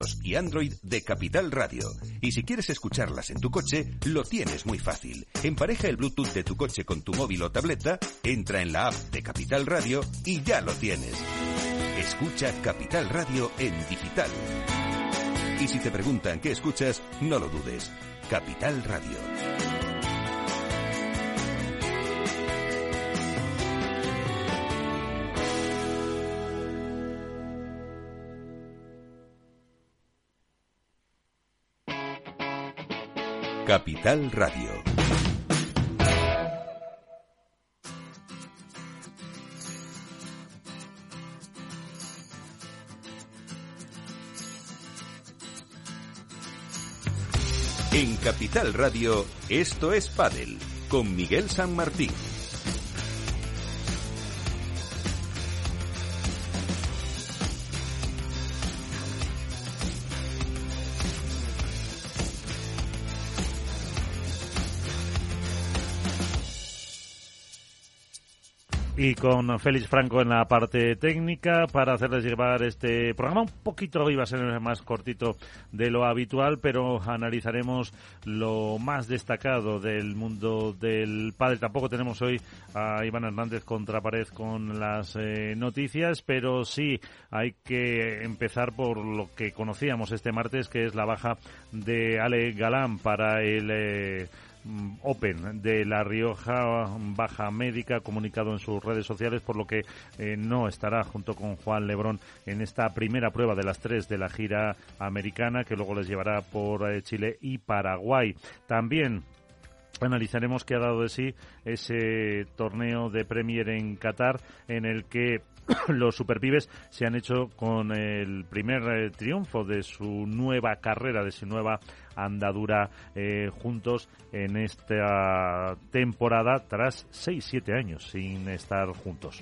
iOS y Android de Capital Radio. Y si quieres escucharlas en tu coche, lo tienes muy fácil. Empareja el Bluetooth de tu coche con tu móvil o tableta, entra en la app de Capital Radio y ya lo tienes. Escucha Capital Radio en digital. Y si te preguntan qué escuchas, no lo dudes. Capital Radio. Capital Radio. En Capital Radio, esto es Pádel, con Miguel San Martín. Y con Félix Franco en la parte técnica para hacerles llevar este programa. Un poquito iba a ser más cortito de lo habitual, pero analizaremos lo más destacado del mundo del pádel. Tampoco tenemos hoy a Iván Hernández contrapared con las noticias, pero sí hay que empezar por lo que conocíamos este martes, que es la baja de Ale Galán para el Open de La Rioja. Baja médica, comunicado en sus redes sociales, por lo que no estará junto con Juan Lebrón en esta primera prueba de las 3 de la gira americana, que luego les llevará por Chile y Paraguay. También analizaremos qué ha dado de sí ese torneo de Premier en Qatar, en el que los superpibes se han hecho con el primer triunfo de su nueva carrera, de su nueva andadura juntos en esta temporada, tras 6-7 años sin estar juntos.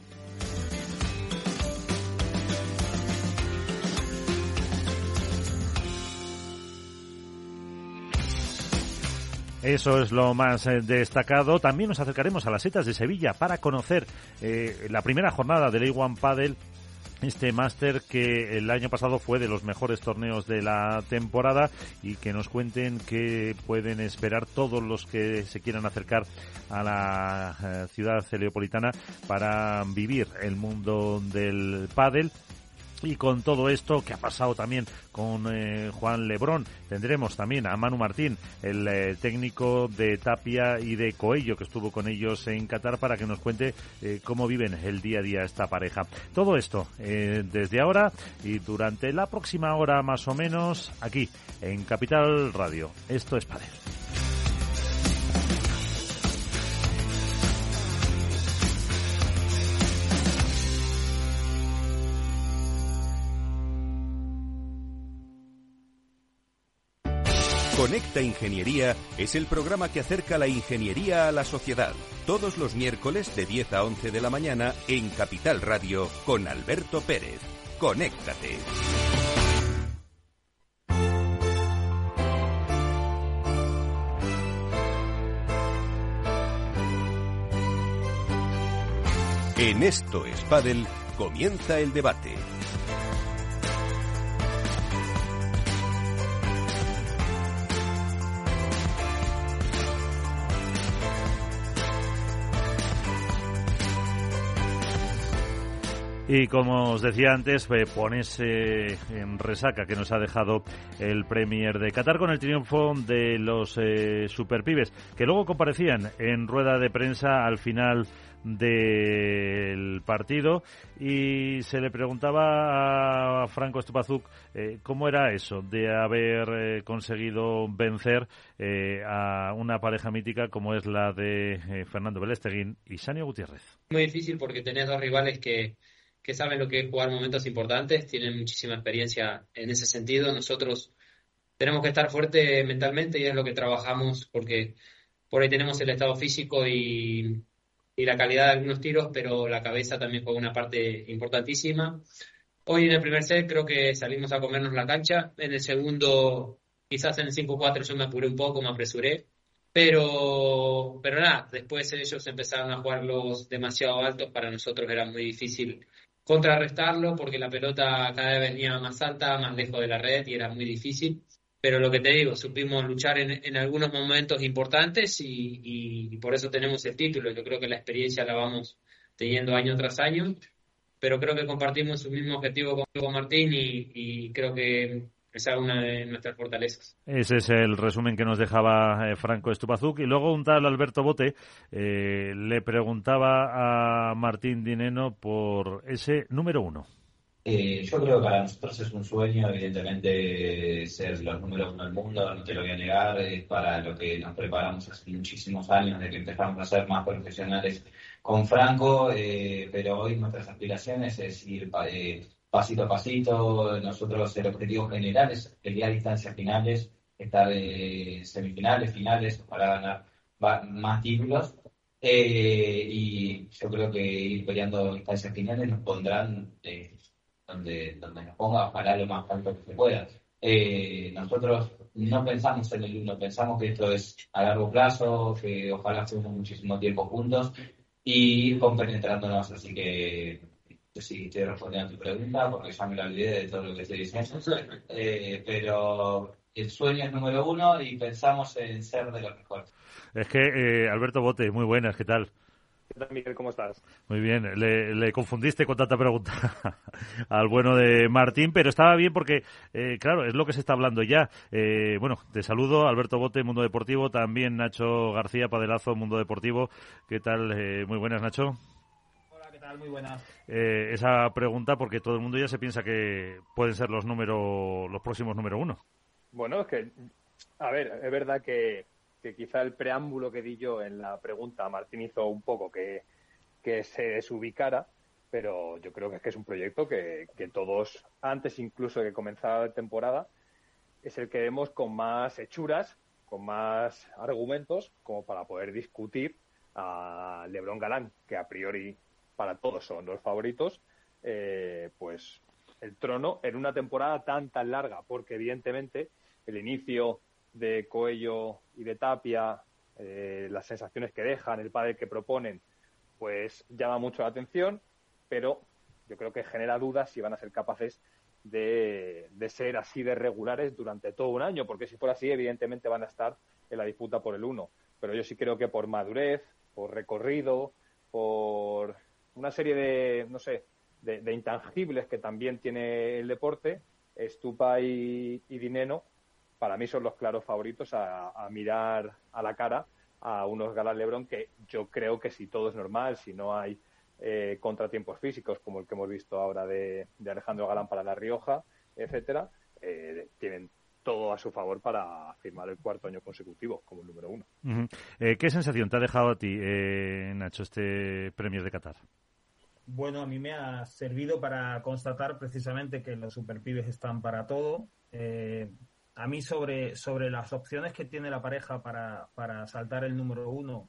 Eso es lo más destacado. También nos acercaremos a las setas de Sevilla para conocer la primera jornada del A1 Padel, este máster que el año pasado fue de los mejores torneos de la temporada, y que nos cuenten qué pueden esperar todos los que se quieran acercar a la ciudad leopolitana para vivir el mundo del pádel. Y con todo esto que ha pasado también con Juan Lebrón, tendremos también a Manu Martín, el técnico de Tapia y de Coello, que estuvo con ellos en Qatar, para que nos cuente cómo viven el día a día esta pareja. Todo esto desde ahora y durante la próxima hora más o menos, aquí en Capital Radio. Esto es Padel. Conecta Ingeniería es el programa que acerca la ingeniería a la sociedad. Todos los miércoles de 10 a 11 de la mañana en Capital Radio con Alberto Pérez. Conéctate. En Esto es Pádel comienza el debate. Y como os decía antes, ponerse en resaca que nos ha dejado el Premier de Qatar con el triunfo de los superpibes, que luego comparecían en rueda de prensa al final del partido, y se le preguntaba a Franco Stupazuk cómo era eso de haber conseguido vencer a una pareja mítica como es la de Fernando Belesteguín y Sanio Gutiérrez. Muy difícil porque tenés dos rivales que saben lo que es jugar momentos importantes, tienen muchísima experiencia en ese sentido. Nosotros tenemos que estar fuerte mentalmente y es lo que trabajamos, porque por ahí tenemos el estado físico y la calidad de algunos tiros, pero la cabeza también juega una parte importantísima. Hoy en el primer set creo que salimos a comernos la cancha. En el segundo, quizás en el 5-4 yo me apuré un poco, me apresuré. Pero nada, después ellos empezaron a jugarlos demasiado altos. Para nosotros era muy difícil contrarrestarlo porque la pelota cada vez venía más alta, más lejos de la red y era muy difícil. Pero lo que te digo, supimos luchar en algunos momentos importantes y por eso tenemos el título. Yo creo que la experiencia la vamos teniendo año tras año, pero creo que compartimos un mismo objetivo con Martín y creo que esa es una de nuestras fortalezas. Ese es el resumen que nos dejaba Franco Estupazuk. Y luego un tal Alberto Bote le preguntaba a Martín Dineno por ese número 1. Yo creo que para nosotros es un sueño, evidentemente, ser los números 1 del mundo, no te lo voy a negar, es para lo que nos preparamos hace muchísimos años, de que empezamos a ser más profesionales con Franco, pero hoy nuestras aspiraciones es ir pasito a pasito. Nosotros el objetivo general es pelear distancias finales, estar semifinales, finales, para ganar más títulos. Y yo creo que ir peleando distancias finales nos pondrán donde nos ponga, ojalá lo más alto que se pueda. Nosotros no pensamos en el 1, pensamos que esto es a largo plazo, que ojalá estemos muchísimo tiempo juntos y ir compenetrándonos, así que sí, estoy respondiendo a tu pregunta porque ya me la olvidé de todo lo que estoy diciendo, pero el sueño es número 1 y pensamos en ser de los mejores. Es que, Alberto Bote, muy buenas, ¿qué tal? ¿Qué tal, Miguel? ¿Cómo estás? Muy bien, le confundiste con tanta pregunta al bueno de Martín, pero estaba bien porque, claro, es lo que se está hablando ya. Bueno, te saludo, Alberto Bote, Mundo Deportivo, también Nacho García, Padelazo, Mundo Deportivo. ¿Qué tal? Muy buenas, Nacho. Hola, ¿qué tal? Muy buenas. Esa pregunta porque todo el mundo ya se piensa que pueden ser los próximos número 1. Bueno, es que, a ver, es verdad que quizá el preámbulo que di yo en la pregunta, Martín hizo un poco que se desubicara, pero yo creo que es un proyecto que todos, antes incluso de que comenzara la temporada, es el que vemos con más hechuras, con más argumentos, como para poder discutir a LeBron Galán, que a priori para todos son los favoritos, pues el trono en una temporada tan larga, porque evidentemente el inicio de Coello y de Tapia, las sensaciones que dejan, el pádel que proponen, pues llama mucho la atención, pero yo creo que genera dudas si van a ser capaces de ser así de regulares durante todo un año, porque si fuera así, evidentemente van a estar en la disputa por el 1. Pero yo sí creo que por madurez, por recorrido, por una serie de, no sé, de intangibles que también tiene el deporte, Estupa y Dineno, para mí son los claros favoritos a mirar a la cara a unos Galán Lebrón que yo creo que si todo es normal, si no hay contratiempos físicos como el que hemos visto ahora de Alejandro Galán para La Rioja, etcétera, tienen todo a su favor para firmar el 4º año consecutivo como el número 1. Uh-huh. ¿Qué sensación te ha dejado a ti, Nacho, este Premier de Qatar? Bueno, a mí me ha servido para constatar precisamente que los superpibes están para todo. A mí sobre las opciones que tiene la pareja para saltar el número 1,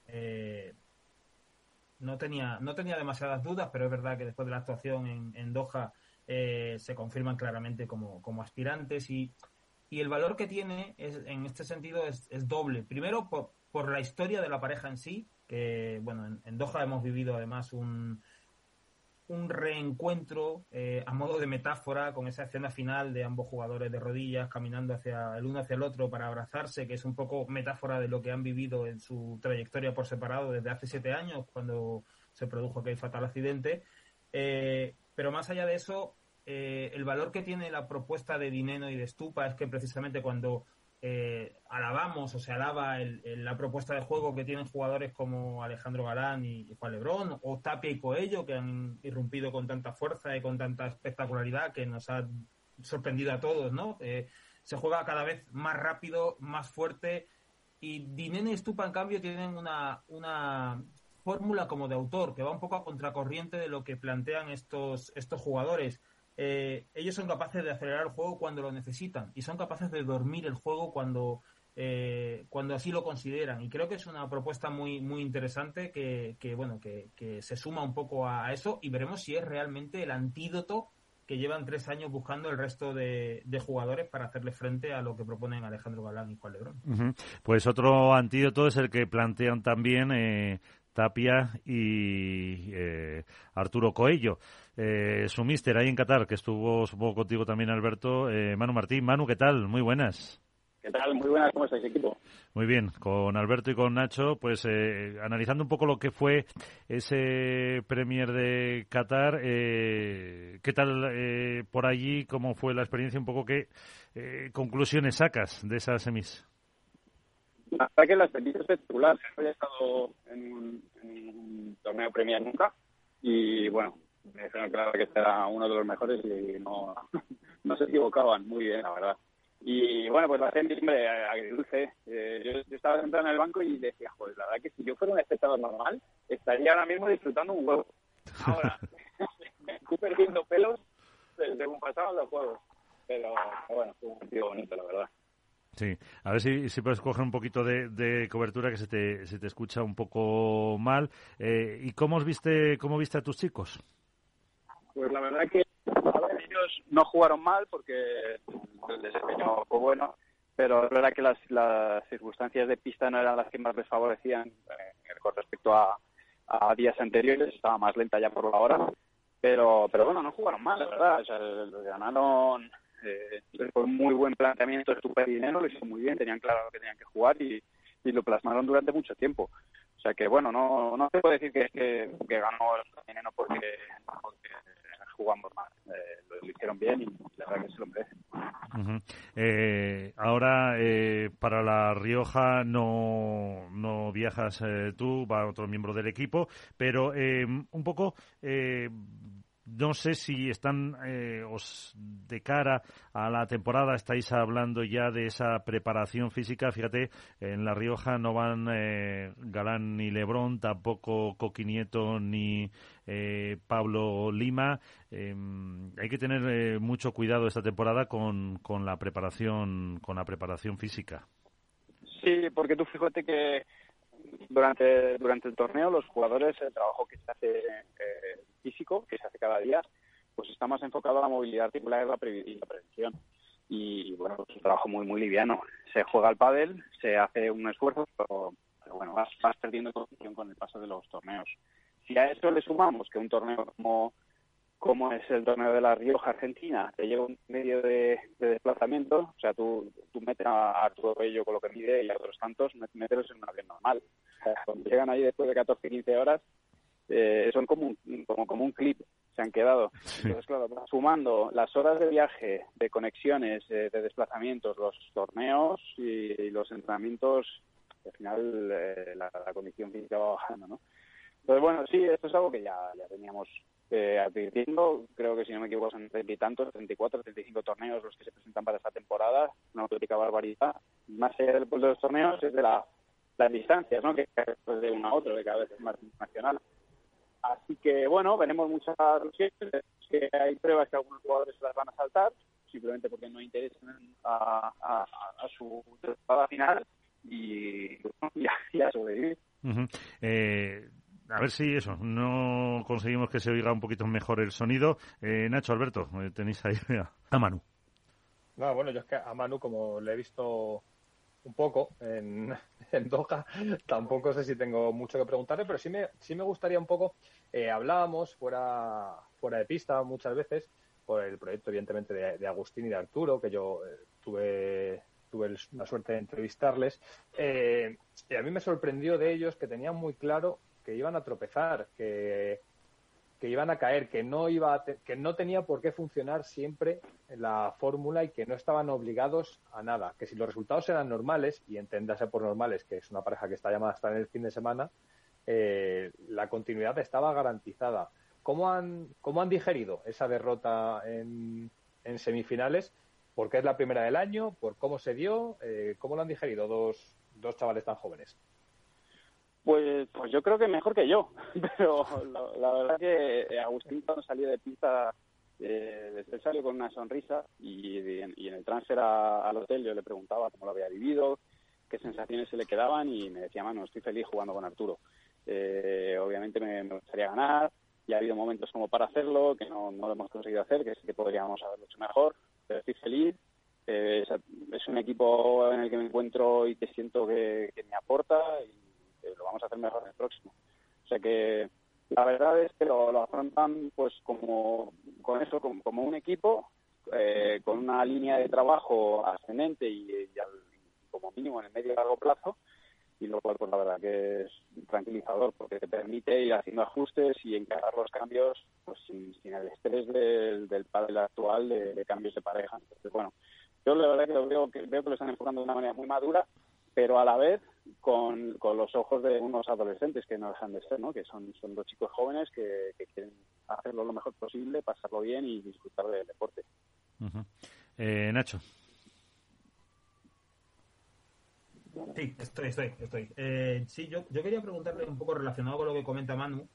no tenía demasiadas dudas, pero es verdad que después de la actuación en Doha se confirman claramente como aspirantes y el valor que tiene en este sentido es doble. Primero por la historia de la pareja en sí, que bueno, en Doha hemos vivido además un reencuentro a modo de metáfora con esa escena final de ambos jugadores de rodillas caminando hacia el uno hacia el otro para abrazarse, que es un poco metáfora de lo que han vivido en su trayectoria por separado desde hace 7 años cuando se produjo aquel fatal accidente, pero más allá de eso, el valor que tiene la propuesta de Dineno y de Estupa es que precisamente cuando alabamos o se alaba la propuesta de juego que tienen jugadores como Alejandro Galán y Juan Lebrón o Tapia y Coello, que han irrumpido con tanta fuerza y con tanta espectacularidad que nos ha sorprendido a todos, ¿no? Se juega cada vez más rápido, más fuerte, y Dineno y Estupa en cambio tienen una fórmula como de autor que va un poco a contracorriente de lo que plantean estos jugadores. Ellos son capaces de acelerar el juego cuando lo necesitan y son capaces de dormir el juego cuando así lo consideran, y creo que es una propuesta muy muy interesante que se suma un poco a eso, y veremos si es realmente el antídoto que llevan 3 años buscando el resto de jugadores para hacerle frente a lo que proponen Alejandro Galán y Juan Lebrón. Uh-huh. Pues otro antídoto es el que plantean también Tapia y Arturo Coello. su míster ahí en Qatar, que estuvo, supongo, contigo también, Alberto, Manu Martín. Manu, ¿qué tal? Muy buenas. ¿Qué tal? Muy buenas, ¿cómo estáis, equipo? Muy bien, con Alberto y con Nacho, pues analizando un poco lo que fue ese Premier de Qatar, ¿qué tal por allí? ¿Cómo fue la experiencia? Un poco, ¿qué conclusiones sacas de esas semis? La verdad que la experiencia es espectacular. No había estado en un torneo Premier nunca y, bueno, me dijeron claro que este era uno de los mejores y no se equivocaban. Muy bien, la verdad. Y bueno, pues la gente, hombre, agridulce. Yo estaba sentado en el banco y decía, joder, la verdad que si yo fuera un espectador normal, estaría ahora mismo disfrutando un huevo. Ahora, me estoy perdiendo pelos según pasaban los juegos. Pero bueno, fue un partido bonito, la verdad. Sí, a ver si puedes coger un poquito de cobertura, que se te escucha un poco mal. ¿Y cómo viste a tus chicos? Pues la verdad que ellos no jugaron mal porque el desempeño fue bueno, pero es verdad que las circunstancias de pista no eran las que más les favorecían con respecto a días anteriores. Estaba más lenta ya por la hora, pero bueno, no jugaron mal, la verdad. O sea, ganaron con un muy buen planteamiento, súper dinero, lo hicieron muy bien, tenían claro lo que tenían que jugar y lo plasmaron durante mucho tiempo. O sea que bueno, no se puede decir que ganó el dinero porque jugamos mal. Lo hicieron bien y la verdad que se lo merecen. Uh-huh. Ahora para La Rioja no viajas tú, va otro miembro del equipo, pero un poco no sé si están de cara a la temporada, estáis hablando ya de esa preparación física. Fíjate, en La Rioja no van Galán ni Lebrón, tampoco Coqui Nieto ni Pablo Lima. Hay que tener mucho cuidado esta temporada con la preparación física. Sí, porque tú fíjate que durante el torneo los jugadores, el trabajo que se hace físico, que se hace cada día, pues está más enfocado a la movilidad articular y la prevención. Y bueno, pues es un trabajo muy, muy liviano. Se juega al pádel, se hace un esfuerzo, pero bueno, vas perdiendo condición con el paso de los torneos. Si a eso le sumamos que un torneo como es el torneo de La Rioja, Argentina, te lleva un medio de desplazamiento, o sea, tú metes a Arturo Bello con lo que mide y a otros tantos, meterlos en un avión normal. O sea, cuando llegan ahí después de 14, 15 horas, son como un clip, se han quedado. Entonces, claro, sumando las horas de viaje, de conexiones, de desplazamientos, los torneos y los entrenamientos, al final la condición física va bajando, ¿no? Entonces, bueno, sí, esto es algo que ya teníamos advirtiendo. Creo que, si no me equivoco, son 30 y tantos, 34, 35 torneos los que se presentan para esta temporada. Una auténtica barbaridad. Más allá de los torneos es de las distancias, ¿no? Que es de uno a otro, de cada vez es más internacional. Así que, bueno, veremos muchas luces, que hay pruebas que algunos jugadores se las van a saltar, simplemente porque no interesan a su temporada final y bueno, ya sobrevivir. Uh-huh. A ver si no conseguimos que se oiga un poquito mejor el sonido. Nacho, Alberto, tenéis ahí a Manu. No, bueno, yo es que a Manu, como le he visto un poco en Doha, tampoco sé si tengo mucho que preguntarle, pero sí me gustaría un poco, hablábamos fuera de pista muchas veces, por el proyecto, evidentemente, de Agustín y de Arturo, que yo tuve la suerte de entrevistarles, y a mí me sorprendió de ellos que tenían muy claro que iban a tropezar, que iban a caer, que no tenía por qué funcionar siempre la fórmula y que no estaban obligados a nada, que si los resultados eran normales, y enténdase por normales que es una pareja que está llamada a estar en el fin de semana, la continuidad estaba garantizada. ¿Cómo han digerido esa derrota en semifinales? Porque es la primera del año, por cómo se dio, ¿cómo lo han digerido dos chavales tan jóvenes? Pues yo creo que mejor que yo, pero la verdad que Agustín, cuando salió de pista, él salió con una sonrisa y en el transfer al hotel yo le preguntaba cómo lo había vivido, qué sensaciones se le quedaban y me decía, Manu, estoy feliz jugando con Arturo. Obviamente me gustaría ganar, y ha habido momentos como para hacerlo, que no lo hemos conseguido hacer, que sí que podríamos haberlo hecho mejor, pero estoy feliz. Es un equipo en el que me encuentro y que siento que me aporta y lo vamos a hacer mejor en el próximo. O sea que la verdad es que lo afrontan pues como un equipo, con una línea de trabajo ascendente y como mínimo en el medio y largo plazo, y lo cual pues la verdad que es tranquilizador porque te permite ir haciendo ajustes y encarar los cambios pues sin el estrés del pádel actual de cambios de pareja. Entonces, bueno, yo la verdad que veo que lo están enfocando de una manera muy madura, pero a la vez con los ojos de unos adolescentes que no dejan de ser, ¿no? Que son dos chicos jóvenes que quieren hacerlo lo mejor posible, pasarlo bien y disfrutar del deporte. Uh-huh. Nacho. Sí, estoy. Sí, yo quería preguntarle un poco relacionado con lo que comenta Manu.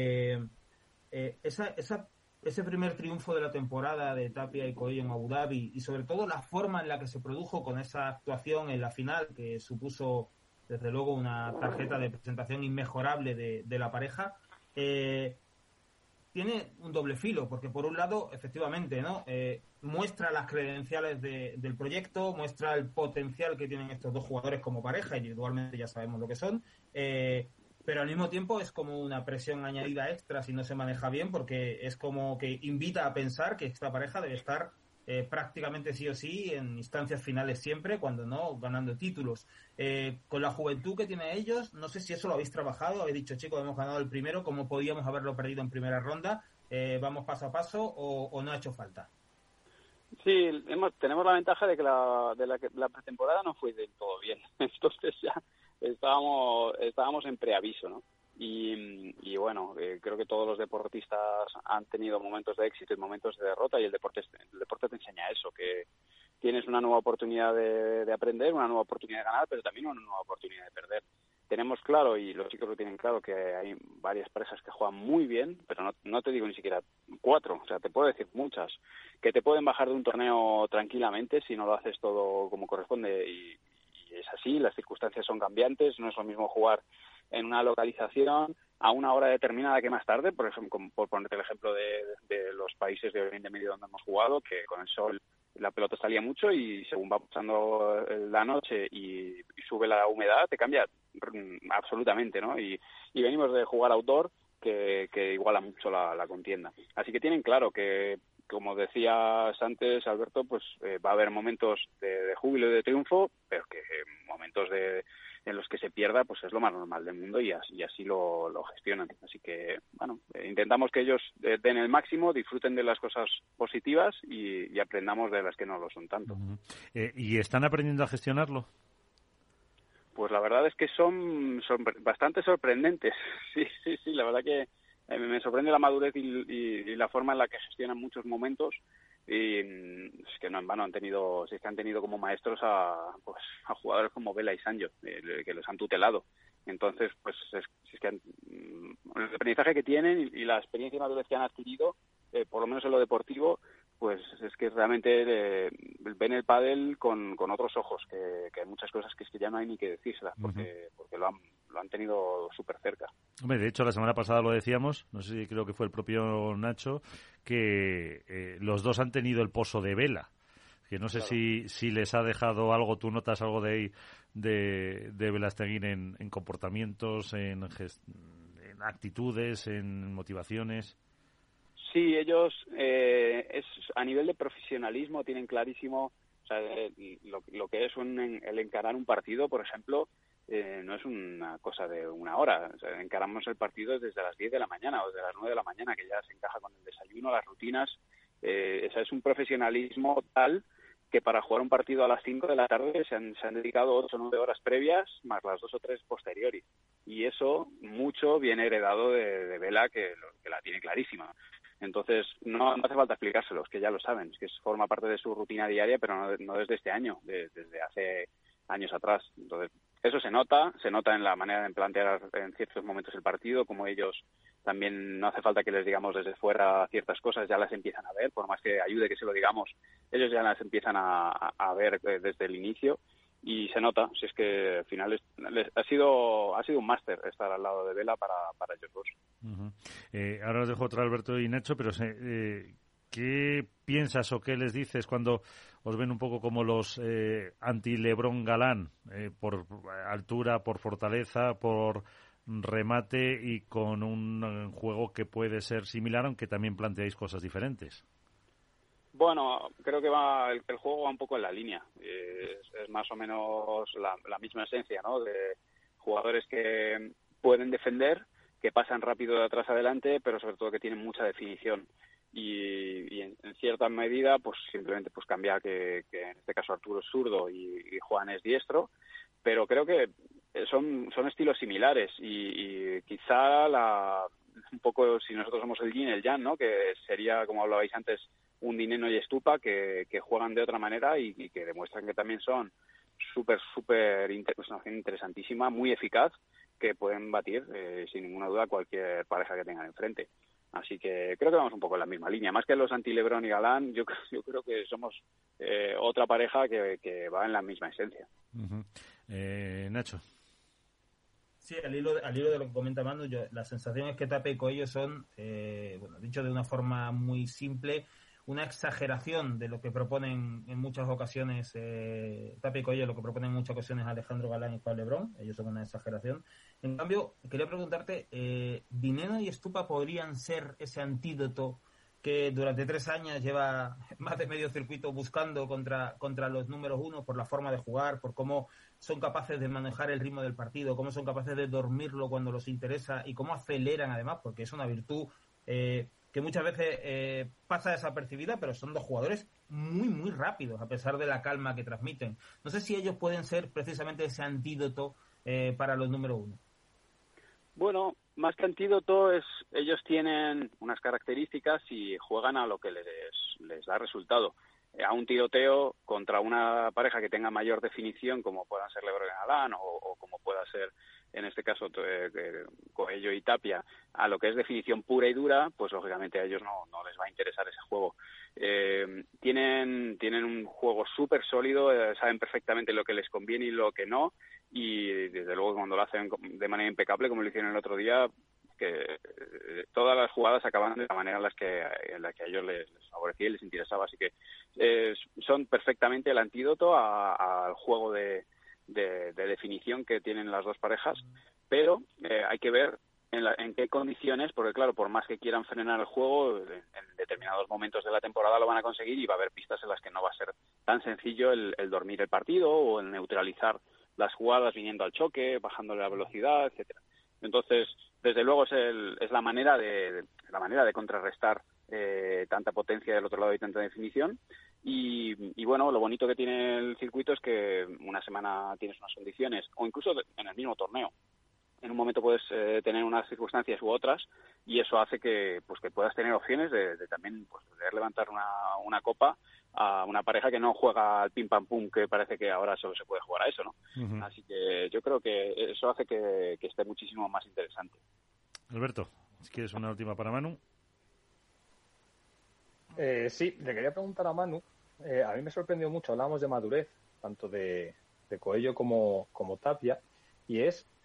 Ese primer triunfo de la temporada de Tapia y Coello en Abu Dhabi, y sobre todo la forma en la que se produjo con esa actuación en la final, que supuso desde luego una tarjeta de presentación inmejorable de la pareja, tiene un doble filo, porque por un lado, efectivamente, ¿no? Muestra las credenciales del proyecto, muestra el potencial que tienen estos dos jugadores como pareja, individualmente ya sabemos lo que son, pero al mismo tiempo es como una presión añadida extra si no se maneja bien, porque es como que invita a pensar que esta pareja debe estar prácticamente sí o sí en instancias finales siempre, cuando no ganando títulos. Con la juventud que tienen ellos, no sé si eso lo habéis trabajado, habéis dicho, chicos, hemos ganado el primero, ¿cómo podíamos haberlo perdido en primera ronda? ¿Vamos paso a paso o no ha hecho falta? Sí, tenemos la ventaja de que la pretemporada no fue del todo bien, entonces ya estábamos en preaviso, ¿no? Y bueno, creo que todos los deportistas han tenido momentos de éxito y momentos de derrota, y el deporte te enseña eso, que tienes una nueva oportunidad de aprender, una nueva oportunidad de ganar, pero también una nueva oportunidad de perder. Tenemos claro, y los chicos lo tienen claro, que hay varias parejas que juegan muy bien, pero no te digo ni siquiera 4, o sea, te puedo decir muchas, que te pueden bajar de un torneo tranquilamente si no lo haces todo como corresponde, y es así, las circunstancias son cambiantes, no es lo mismo jugar en una localización a una hora determinada que más tarde, por ejemplo, por ponerte el ejemplo de los países de Oriente Medio donde hemos jugado, que con el sol la pelota salía mucho y según va pasando la noche y sube la humedad, te cambia absolutamente, ¿no? Y venimos de jugar outdoor, que iguala mucho la contienda. Así que tienen claro que, como decías antes, Alberto, pues va a haber momentos de júbilo y de triunfo, pero que momentos en los que se pierda, pues es lo más normal del mundo, y así lo gestionan. Así que, bueno, intentamos que ellos den el máximo, disfruten de las cosas positivas y aprendamos de las que no lo son tanto. Uh-huh. ¿Y están aprendiendo a gestionarlo? Pues la verdad es que son bastante sorprendentes. Sí, la verdad que me sorprende la madurez y la forma en la que gestionan muchos momentos, y es que no en vano han tenido como maestros a jugadores como Vela y Sancho, que los han tutelado. Entonces, pues es que el aprendizaje que tienen y la experiencia y madurez que han adquirido, por lo menos en lo deportivo, pues es que realmente ven el pádel con otros ojos, que hay muchas cosas que es que ya no hay ni que decírselas, porque lo han tenido súper cerca. Hombre, de hecho, la semana pasada lo decíamos, no sé si creo que fue el propio Nacho, que los dos han tenido el pozo de Vela, que no sé claro. si les ha dejado algo, tú notas algo de Velasteguín en comportamientos, en actitudes, en motivaciones. Sí, ellos a nivel de profesionalismo tienen clarísimo, o sea, lo que es el encarar un partido, por ejemplo, no es una cosa de una hora. O sea, encaramos el partido desde las 10 de la mañana o desde las 9 de la mañana, que ya se encaja con el desayuno, las rutinas. Es un profesionalismo tal que para jugar un partido a las 5 de la tarde se han dedicado 8 o 9 horas previas, más las 2 o 3 posteriores. Y eso mucho viene heredado de Vela, que la tiene clarísima. Entonces, no hace falta explicárselos, que ya lo saben, es que forma parte de su rutina diaria, pero no desde este año, desde hace años atrás. Entonces, eso se nota en la manera de plantear en ciertos momentos el partido, como ellos también no hace falta que les digamos desde fuera ciertas cosas, ya las empiezan a ver, por más que ayude que se lo digamos, ellos ya las empiezan a ver desde el inicio. Y se nota, si es que al final ha sido un máster estar al lado de Vela para ellos dos. Uh-huh. Ahora os dejo otra Alberto y Nacho, pero ¿qué piensas o qué les dices cuando os ven un poco como los anti-Lebrón Galán, por altura, por fortaleza, por remate y con un juego que puede ser similar, aunque también planteáis cosas diferentes. Bueno, creo que el juego va un poco en la línea. Es más o menos la misma esencia, ¿no? De jugadores que pueden defender, que pasan rápido de atrás adelante, pero sobre todo que tienen mucha definición. Y en cierta medida, pues simplemente pues cambia que en este caso Arturo es zurdo y Juan es diestro, pero creo que son estilos similares y quizá un poco, si nosotros somos el yin y el yang, ¿no? Que sería, como hablabais antes, un Dineno y Estupa que juegan de otra manera y que demuestran que también son súper interesantísima, muy eficaz, que pueden batir sin ninguna duda cualquier pareja que tengan enfrente. Así que creo que vamos un poco en la misma línea. Más que los anti-Lebron y Galán, yo creo que somos otra pareja que va en la misma esencia. Uh-huh. Nacho. Sí, al hilo de lo que comenta Manu, la sensación es que Tapia y Coello son, dicho de una forma muy simple, una exageración de lo que proponen en muchas ocasiones Tapia y Coello, lo que proponen en muchas ocasiones Alejandro Galán y Juan Lebrón. Ellos son una exageración. En cambio, quería preguntarte, ¿Dineno y Estupa podrían ser ese antídoto que durante 3 años lleva más de medio circuito buscando contra los números 1 por la forma de jugar, por cómo son capaces de manejar el ritmo del partido, cómo son capaces de dormirlo cuando los interesa y cómo aceleran además, porque es una virtud que muchas veces pasa desapercibida, pero son 2 jugadores muy, muy rápidos, a pesar de la calma que transmiten. No sé si ellos pueden ser precisamente ese antídoto para los número 1. Bueno, más que antídoto, ellos tienen unas características y juegan a lo que les da resultado. A un tiroteo contra una pareja que tenga mayor definición, como puedan ser Lebron y Galán o como pueda ser, en este caso, Coello y Tapia, a lo que es definición pura y dura, pues lógicamente a ellos no les va a interesar ese juego. Tienen un juego súper sólido, saben perfectamente lo que les conviene y lo que no, y desde luego cuando lo hacen de manera impecable, como lo hicieron el otro día, que todas las jugadas acaban de la manera en la que a ellos les favorecía y les interesaba. Así que son perfectamente el antídoto al juego de definición que tienen las 2 parejas, pero hay que ver en qué condiciones, porque claro, por más que quieran frenar el juego, en determinados momentos de la temporada lo van a conseguir y va a haber pistas en las que no va a ser tan sencillo el dormir el partido o el neutralizar las jugadas viniendo al choque, bajándole la velocidad, etcétera. Entonces, desde luego es la manera de contrarrestar tanta potencia del otro lado y tanta definición. Y bueno, lo bonito que tiene el circuito es que una semana tienes unas condiciones, o incluso en el mismo torneo. En un momento puedes tener unas circunstancias u otras y eso hace que puedas tener opciones de también poder levantar una copa a una pareja que no juega al pim pam pum, que parece que ahora solo se puede jugar a eso, ¿no? Uh-huh. Así que yo creo que eso hace que esté muchísimo más interesante. Alberto, si quieres una última para Manu. Sí, le quería preguntar a Manu. A mí me sorprendió mucho, hablábamos de madurez, tanto de Coello como Tapia, y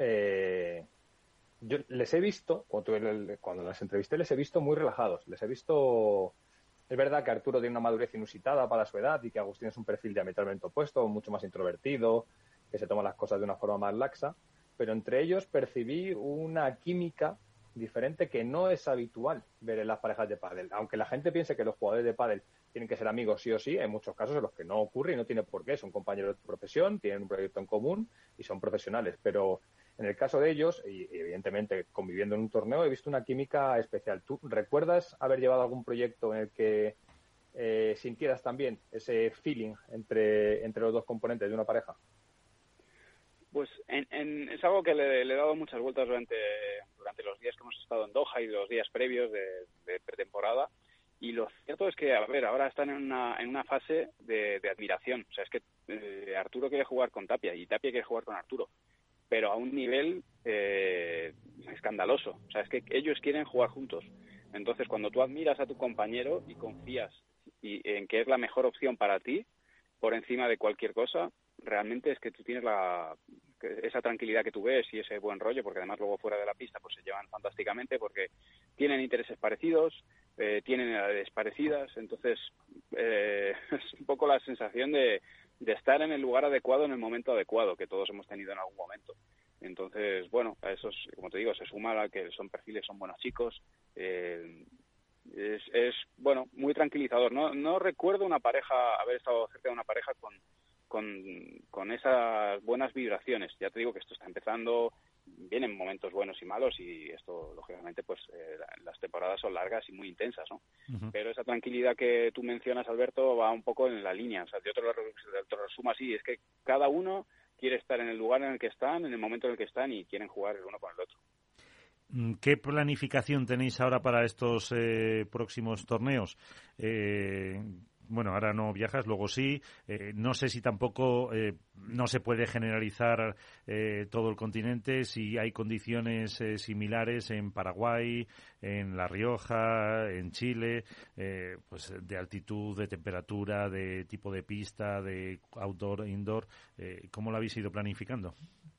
yo les he visto, cuando las entrevisté, les he visto muy relajados, les he visto. Es verdad que Arturo tiene una madurez inusitada para su edad y que Agustín es un perfil diametralmente opuesto, mucho más introvertido, que se toma las cosas de una forma más laxa, pero entre ellos percibí una química diferente que no es habitual ver en las parejas de pádel. Aunque la gente piense que los jugadores de pádel tienen que ser amigos sí o sí, hay muchos casos en los que no ocurre y no tiene por qué. Son compañeros de profesión, tienen un proyecto en común y son profesionales, pero en el caso de ellos, y evidentemente conviviendo en un torneo, he visto una química especial. ¿Tú recuerdas haber llevado algún proyecto en el que sintieras también ese feeling entre los 2 componentes de una pareja? Pues es algo que le he dado muchas vueltas durante los días que hemos estado en Doha y los días previos de pretemporada. Y lo cierto es que, ahora están en una fase de admiración. O sea, es que Arturo quiere jugar con Tapia y Tapia quiere jugar con Arturo, pero a un nivel escandaloso. O sea, es que ellos quieren jugar juntos. Entonces, cuando tú admiras a tu compañero y confías en que es la mejor opción para ti, por encima de cualquier cosa, realmente es que tú tienes esa tranquilidad que tú ves y ese buen rollo, porque además luego fuera de la pista pues se llevan fantásticamente porque tienen intereses parecidos, tienen edades parecidas. Entonces es un poco la sensación de estar en el lugar adecuado en el momento adecuado, que todos hemos tenido en algún momento. Entonces, bueno, a eso, como te digo, se suma a que son buenos chicos. Es bueno, muy tranquilizador. No recuerdo haber estado cerca de una pareja con esas buenas vibraciones. Ya te digo que esto está empezando, vienen momentos buenos y malos, y esto, lógicamente, pues las temporadas son largas y muy intensas, ¿no? Uh-huh. Pero esa tranquilidad que tú mencionas, Alberto, va un poco en la línea. O sea, yo te lo resumo así, es que cada uno quiere estar en el lugar en el que están, en el momento en el que están, y quieren jugar el uno con el otro. ¿Qué planificación tenéis ahora para estos próximos torneos? Bueno, ahora no viajas, luego sí. No sé si tampoco no se puede generalizar todo el continente, si hay condiciones similares en Paraguay, en La Rioja, en Chile, pues de altitud, de temperatura, de tipo de pista, de outdoor, indoor. ¿Cómo lo habéis ido planificando?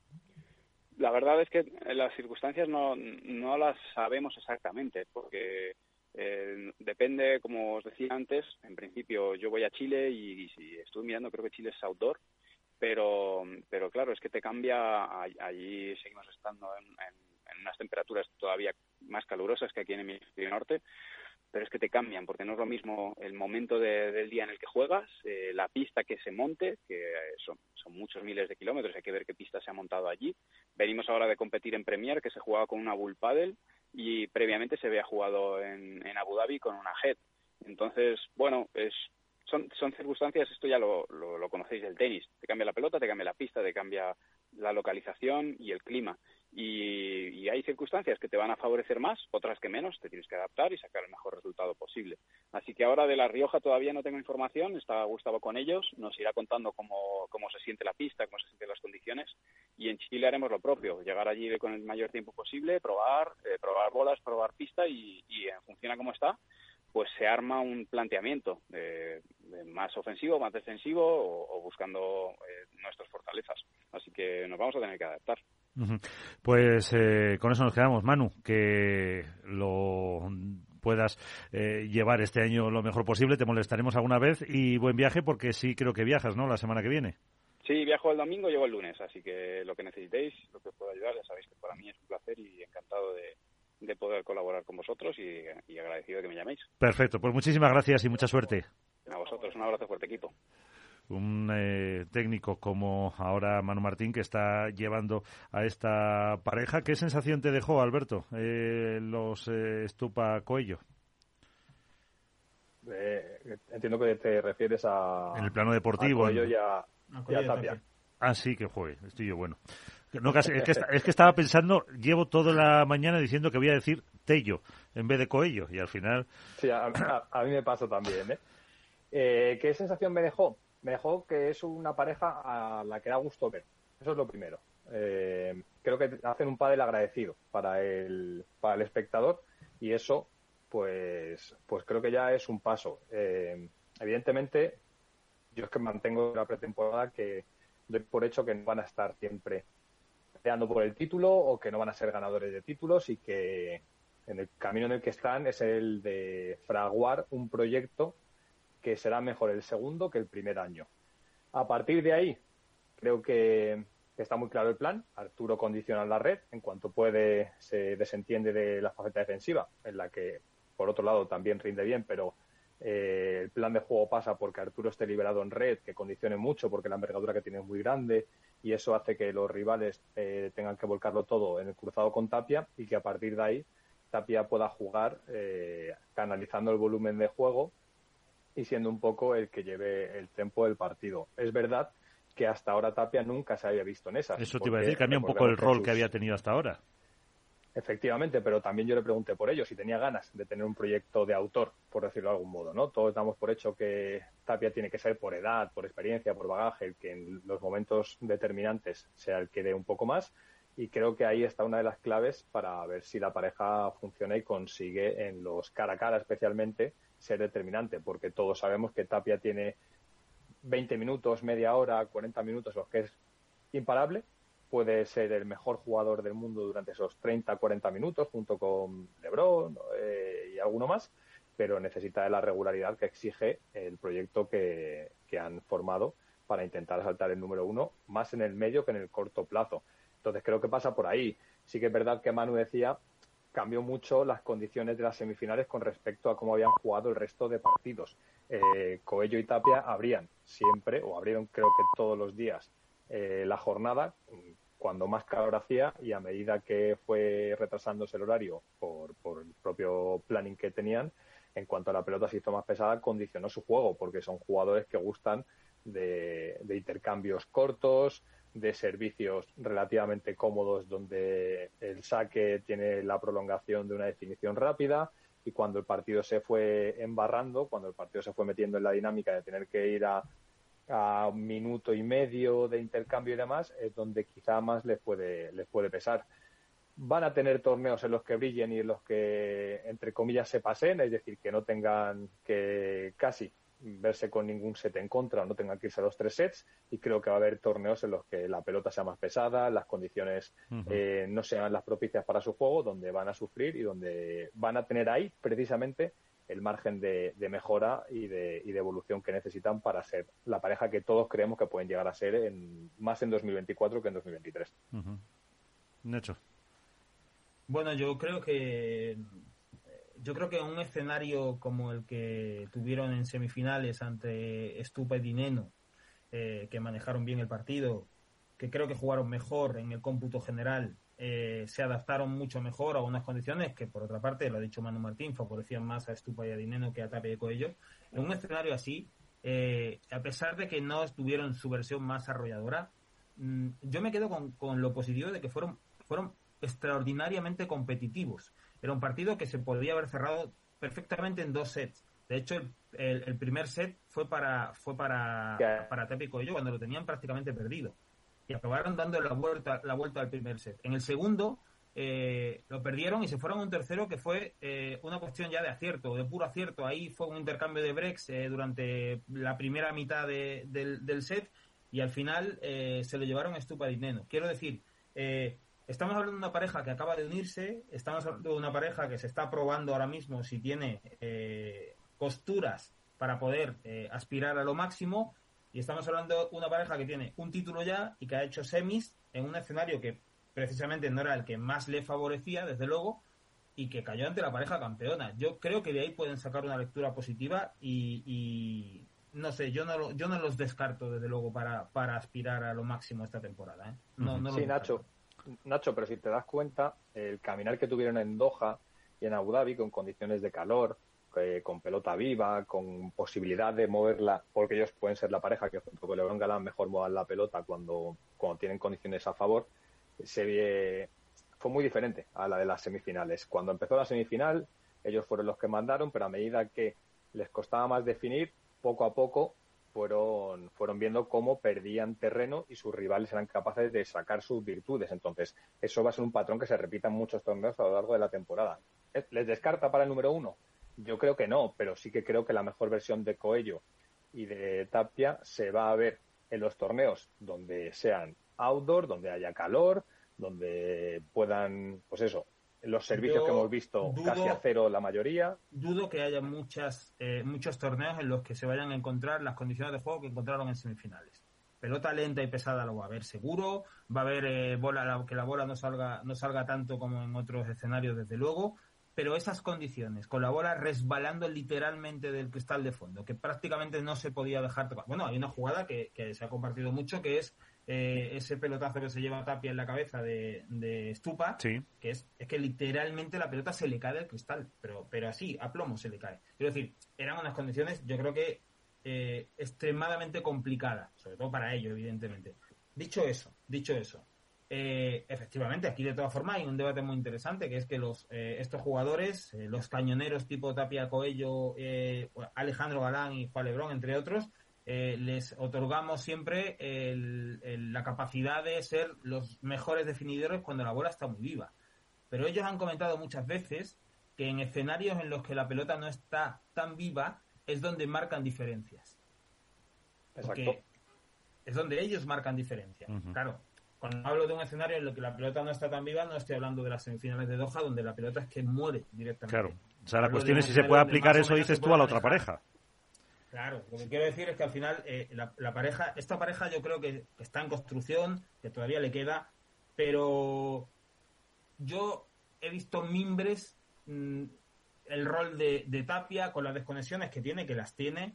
La verdad es que las circunstancias no las sabemos exactamente, porque depende, como os decía antes. En principio yo voy a Chile y si estuve mirando, creo que Chile es outdoor, pero claro, es que te cambia. Allí seguimos estando en unas temperaturas todavía más calurosas que aquí en el hemisferio norte, pero es que te cambian, porque no es lo mismo el momento del día en el que juegas, la pista que se monte, que son muchos miles de kilómetros, hay que ver qué pista se ha montado allí. Venimos ahora de competir en Premier, que se jugaba con una Bull Paddle, y previamente se había jugado en Abu Dhabi con una Head. Entonces, bueno, son circunstancias, esto ya lo conocéis del tenis. Te cambia la pelota, te cambia la pista, te cambia la localización y el clima. Y hay circunstancias que te van a favorecer más, otras que menos. Te tienes que adaptar y sacar el mejor resultado posible. Así que ahora de La Rioja todavía no tengo información, está Gustavo con ellos, nos irá contando cómo se siente la pista, cómo se sienten las condiciones, y en Chile haremos lo propio, llegar allí con el mayor tiempo posible, probar bolas, probar pista, y en función a cómo está, pues se arma un planteamiento más ofensivo, más defensivo, o buscando nuestras fortalezas. Así que nos vamos a tener que adaptar. Pues con eso nos quedamos, Manu, que lo puedas llevar este año lo mejor posible. Te molestaremos alguna vez, y buen viaje, porque sí creo que viajas, ¿no?, la semana que viene. Sí, viajo el domingo, llego el lunes, así que lo que necesitéis, lo que os pueda ayudar, ya sabéis que para mí es un placer y encantado de poder colaborar con vosotros, y agradecido de que me llaméis. Perfecto, pues muchísimas gracias y mucha suerte. A vosotros, un abrazo fuerte, equipo. Un técnico como ahora Manu Martín, que está llevando a esta pareja. ¿Qué sensación te dejó, Alberto, los Stupa Coello? Entiendo que te refieres a... En el plano deportivo. A Coello y a Tapia. Ah, sí, que juegue, estoy yo bueno. No, casi, es que estaba pensando, llevo toda la mañana diciendo que voy a decir Tello en vez de Coello, y al final... Sí, a mí me pasó también, ¿Qué sensación me dejó? Me dejó que es una pareja a la que da gusto ver. Eso es lo primero. Creo que hacen un pádel agradecido para el espectador, y eso, pues creo que ya es un paso. Evidentemente, yo es que mantengo la pretemporada que doy por hecho que no van a estar siempre peleando por el título, o que no van a ser ganadores de títulos, y que en el camino en el que están es el de fraguar un proyecto que será mejor el segundo que el primer año. A partir de ahí, creo que está muy claro el plan. Arturo condiciona la red. En cuanto puede, se desentiende de la faceta defensiva, en la que, por otro lado, también rinde bien, pero el plan de juego pasa porque Arturo esté liberado en red, que condicione mucho, porque la envergadura que tiene es muy grande, y eso hace que los rivales tengan que volcarlo todo en el cruzado con Tapia, y que a partir de ahí Tapia pueda jugar canalizando el volumen de juego y siendo un poco el que lleve el tempo del partido. Es verdad que hasta ahora Tapia nunca se había visto en esas. Eso te iba a decir, cambia un poco el rol que había tenido hasta ahora. Efectivamente, pero también yo le pregunté por ello, si tenía ganas de tener un proyecto de autor, por decirlo de algún modo, ¿no? Todos damos por hecho que Tapia tiene que ser por edad, por experiencia, por bagaje, el que en los momentos determinantes sea el que dé un poco más, y creo que ahí está una de las claves para ver si la pareja funciona y consigue en los cara a cara especialmente ser determinante, porque todos sabemos que Tapia tiene 20 minutos, media hora, 40 minutos, los que es imparable. Puede ser el mejor jugador del mundo durante esos 30, 40 minutos, junto con LeBron y alguno más, pero necesita de la regularidad que exige el proyecto que han formado para intentar saltar el número uno, más en el medio que en el corto plazo. Entonces creo que pasa por ahí. Sí que es verdad que Manu decía, cambió mucho las condiciones de las semifinales con respecto a cómo habían jugado el resto de partidos. Coello y Tapia abrían siempre, o abrieron creo que todos los días, la jornada cuando más calor hacía, y a medida que fue retrasándose el horario por el propio planning que tenían, en cuanto a la pelota se hizo más pesada, condicionó su juego, porque son jugadores que gustan de intercambios cortos, de servicios relativamente cómodos donde el saque tiene la prolongación de una definición rápida, y cuando el partido se fue embarrando, cuando el partido se fue metiendo en la dinámica de tener que ir a un minuto y medio de intercambio y demás, es donde quizá más les puede pesar. Van a tener torneos en los que brillen y en los que, entre comillas, se pasen, es decir, que no tengan que casi verse con ningún set en contra, o no tengan que irse a los 3 sets, y creo que va a haber torneos en los que la pelota sea más pesada, las condiciones no sean las propicias para su juego, donde van a sufrir y donde van a tener ahí precisamente el margen de mejora y de evolución que necesitan para ser la pareja que todos creemos que pueden llegar a ser más en 2024 que en 2023. Nacho. Bueno, yo creo que en un escenario como el que tuvieron en semifinales ante Stupa y Dineno, que manejaron bien el partido, que creo que jugaron mejor en el cómputo general, se adaptaron mucho mejor a unas condiciones que, por otra parte, lo ha dicho Manu Martín, favorecían más a Stupa y a Dineno que a Tapia y Coello. En un escenario así, a pesar de que no estuvieron en su versión más arrolladora, yo me quedo con lo positivo de que fueron extraordinariamente competitivos. Era un partido que se podía haber cerrado perfectamente en 2 sets. De hecho, el primer set fue para Tapia y Coello cuando lo tenían prácticamente perdido, y acabaron dando la vuelta al primer set. En el segundo lo perdieron y se fueron a un tercero que fue una cuestión ya de acierto, de puro acierto. Ahí fue un intercambio de breaks durante la primera mitad del set, y al final se lo llevaron a Stupa Dineno. Quiero decir, estamos hablando de una pareja que acaba de unirse, estamos hablando de una pareja que se está probando ahora mismo si tiene costuras para poder aspirar a lo máximo, y estamos hablando de una pareja que tiene un título ya y que ha hecho semis en un escenario que precisamente no era el que más le favorecía, desde luego, y que cayó ante la pareja campeona. Yo creo que de ahí pueden sacar una lectura positiva y no sé, yo no los descarto, desde luego, para aspirar a lo máximo esta temporada. Sí, Nacho, pero si te das cuenta, el caminar que tuvieron en Doha y en Abu Dhabi, con condiciones de calor, con pelota viva, con posibilidad de moverla, porque ellos pueden ser la pareja que junto con LeBron Galán mejor muevan la pelota cuando tienen condiciones a favor, fue muy diferente a la de las semifinales. Cuando empezó la semifinal, ellos fueron los que mandaron, pero a medida que les costaba más definir, poco a poco fueron viendo cómo perdían terreno y sus rivales eran capaces de sacar sus virtudes. Entonces, eso va a ser un patrón que se repita en muchos torneos a lo largo de la temporada. ¿Les descarta para el número 1? Yo creo que no, pero sí que creo que la mejor versión de Coello y de Tapia se va a ver en los torneos donde sean outdoor, donde haya calor, donde puedan, pues eso, los servicios que hemos visto casi a cero la mayoría. Dudo que haya muchos torneos en los que se vayan a encontrar las condiciones de juego que encontraron en semifinales. Pelota lenta y pesada lo va a haber seguro, va a haber que la bola no salga tanto como en otros escenarios, desde luego, pero esas condiciones, con la bola resbalando literalmente del cristal de fondo, que prácticamente no se podía dejar tocar. Bueno, hay una jugada que se ha compartido mucho, que es ese pelotazo que se lleva Tapia en la cabeza de Stupa, sí, que es que literalmente la pelota se le cae del cristal, pero así, a plomo se le cae. Quiero decir, eran unas condiciones, yo creo que extremadamente complicadas, sobre todo para ellos, evidentemente. Dicho eso, efectivamente, aquí de todas formas hay un debate muy interesante, que es que estos jugadores, los cañoneros tipo Tapia, Coello, Alejandro Galán y Juan Lebrón, entre otros, les otorgamos siempre la capacidad de ser los mejores definidores cuando la bola está muy viva. Pero ellos han comentado muchas veces que en escenarios en los que la pelota no está tan viva es donde marcan diferencias. Porque es donde ellos marcan diferencias. Uh-huh. Claro, cuando hablo de un escenario en el que la pelota no está tan viva, no estoy hablando de las semifinales de Doha, donde la pelota es que muere directamente. Claro, o sea, la cuestión es si se puede aplicar eso, dices tú, a la otra pareja. Claro, lo que quiero decir es que al final esta pareja yo creo que está en construcción, que todavía le queda, pero yo he visto mimbres el rol de Tapia con las desconexiones que tiene, que las tiene,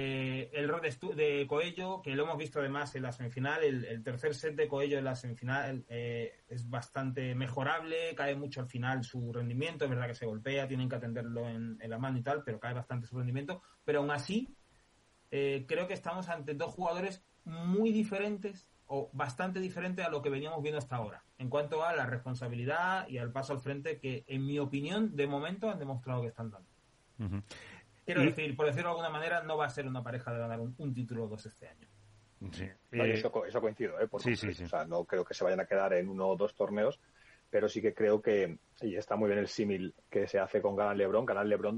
el rol de Coello, que lo hemos visto además en la semifinal, el tercer set de Coello en la semifinal es bastante mejorable, cae mucho al final su rendimiento, es verdad que se golpea, tienen que atenderlo en la mano y tal, pero cae bastante su rendimiento, pero aún así creo que estamos ante dos jugadores muy diferentes o bastante diferentes a lo que veníamos viendo hasta ahora, en cuanto a la responsabilidad y al paso al frente que, en mi opinión, de momento han demostrado que están dando. Uh-huh. Quiero decir, por decirlo de alguna manera, no va a ser una pareja de ganar un título o dos este año. Sí. Eso coincido, sí. O sea, no creo que se vayan a quedar en 1 o 2 torneos, pero sí que creo que, y está muy bien el símil que se hace con Galán Lebrón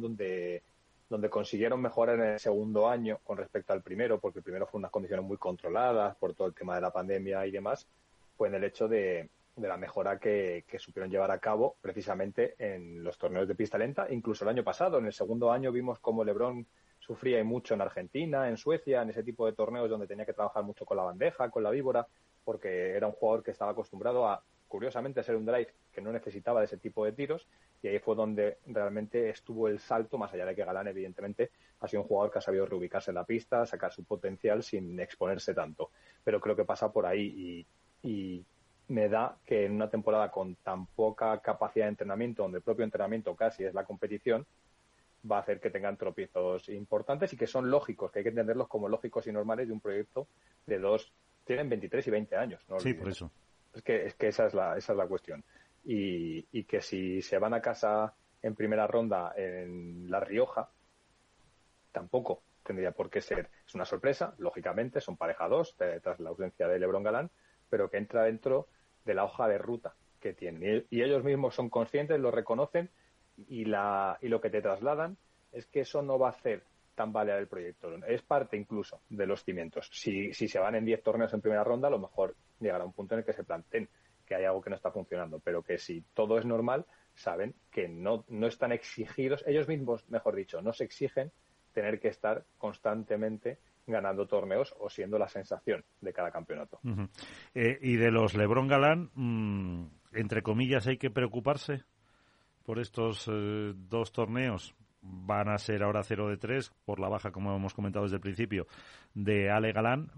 donde consiguieron mejorar en el segundo año con respecto al primero, porque el primero fue unas condiciones muy controladas por todo el tema de la pandemia y demás, fue en el hecho de la mejora que supieron llevar a cabo precisamente en los torneos de pista lenta. Incluso el año pasado, en el segundo año, vimos cómo Lebrón sufría y mucho en Argentina, en Suecia, en ese tipo de torneos donde tenía que trabajar mucho con la bandeja, con la víbora, porque era un jugador que estaba acostumbrado a, curiosamente, ser un drive que no necesitaba de ese tipo de tiros, y ahí fue donde realmente estuvo el salto, más allá de que Galán, evidentemente, ha sido un jugador que ha sabido reubicarse en la pista, sacar su potencial sin exponerse tanto. Pero creo que pasa por ahí y me da que en una temporada con tan poca capacidad de entrenamiento, donde el propio entrenamiento casi es la competición, va a hacer que tengan tropiezos importantes y que son lógicos, que hay que entenderlos como lógicos y normales de un proyecto de tienen 23 y 20 años, ¿no? Sí, por eso. Es que esa es la cuestión. Y que si se van a casa en primera ronda en La Rioja, tampoco tendría por qué ser. Es una sorpresa, lógicamente, son pareja 2 tras la ausencia de Lebrón Galán, pero que entra dentro de la hoja de ruta que tienen. Y ellos mismos son conscientes, lo reconocen, y lo que te trasladan es que eso no va a hacer tambalear el proyecto. Es parte incluso de los cimientos. Si se van en 10 torneos en primera ronda, a lo mejor llegará un punto en el que se planteen que hay algo que no está funcionando, pero que si todo es normal, saben que no están exigidos, ellos mismos, mejor dicho, no se exigen tener que estar constantemente ganando torneos o siendo la sensación de cada campeonato. Uh-huh. Y de los Lebrón Galán, entre comillas, ¿hay que preocuparse por estos 2 torneos? Van a ser ahora 0 de 3 por la baja, como hemos comentado desde el principio, de Ale Galán,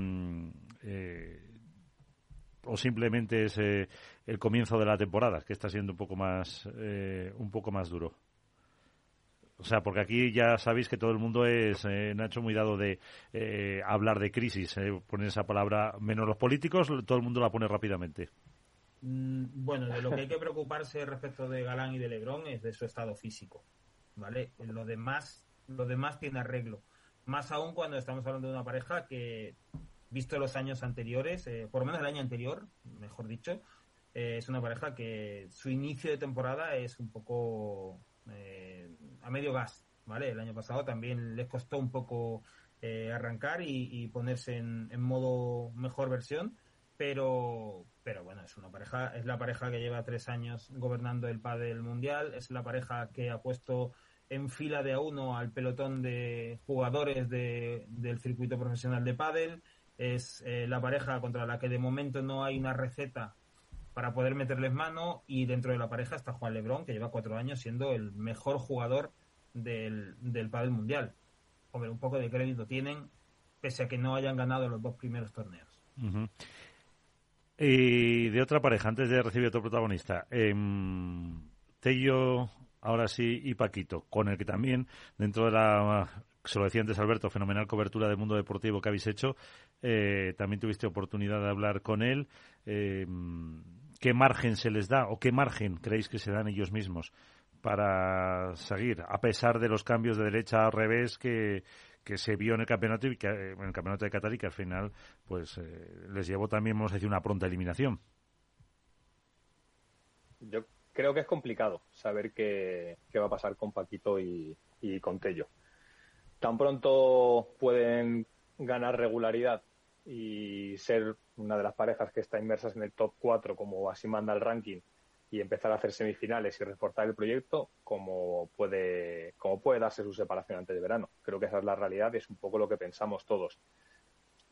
o simplemente es el comienzo de la temporada, que está siendo un poco más duro. O sea, porque aquí ya sabéis que todo el mundo es, Nacho, muy dado de hablar de crisis, poner esa palabra, menos los políticos, todo el mundo la pone rápidamente. Bueno, de lo que hay que preocuparse respecto de Galán y de Lebrón es de su estado físico, ¿vale? Lo demás tiene arreglo. Más aún cuando estamos hablando de una pareja que, visto los años anteriores, por lo menos el año anterior, mejor dicho, es una pareja que su inicio de temporada es un poco a medio gas, ¿vale? El año pasado también les costó un poco arrancar y ponerse en modo mejor versión, pero bueno, es la pareja que lleva 3 años gobernando el pádel mundial, es la pareja que ha puesto en fila de a uno al pelotón de jugadores del circuito profesional de pádel, es la pareja contra la que de momento no hay una receta para poder meterles mano, y dentro de la pareja está Juan Lebrón, que lleva 4 años siendo el mejor jugador del pádel mundial. Hombre, un poco de crédito tienen, pese a que no hayan ganado los 2 primeros torneos. Uh-huh. Y de otra pareja, antes de recibir otro protagonista, Tello, ahora sí, y Paquito, con el que también, dentro de la, se lo decía antes Alberto, fenomenal cobertura del mundo deportivo que habéis hecho, también tuviste oportunidad de hablar con él. ¿Qué margen se les da o qué margen creéis que se dan ellos mismos para seguir, a pesar de los cambios de derecha a revés que se vio en el campeonato y en el campeonato de Qatar, y que al final pues les llevó también, vamos a decir, una pronta eliminación? Yo creo que es complicado saber qué va a pasar con Paquito y con Tello. Tan pronto pueden ganar regularidad y ser una de las parejas que está inmersas en el top 4, como así manda el ranking, y empezar a hacer semifinales y reforzar el proyecto, como puede darse su separación antes de verano. Creo que esa es la realidad y es un poco lo que pensamos todos.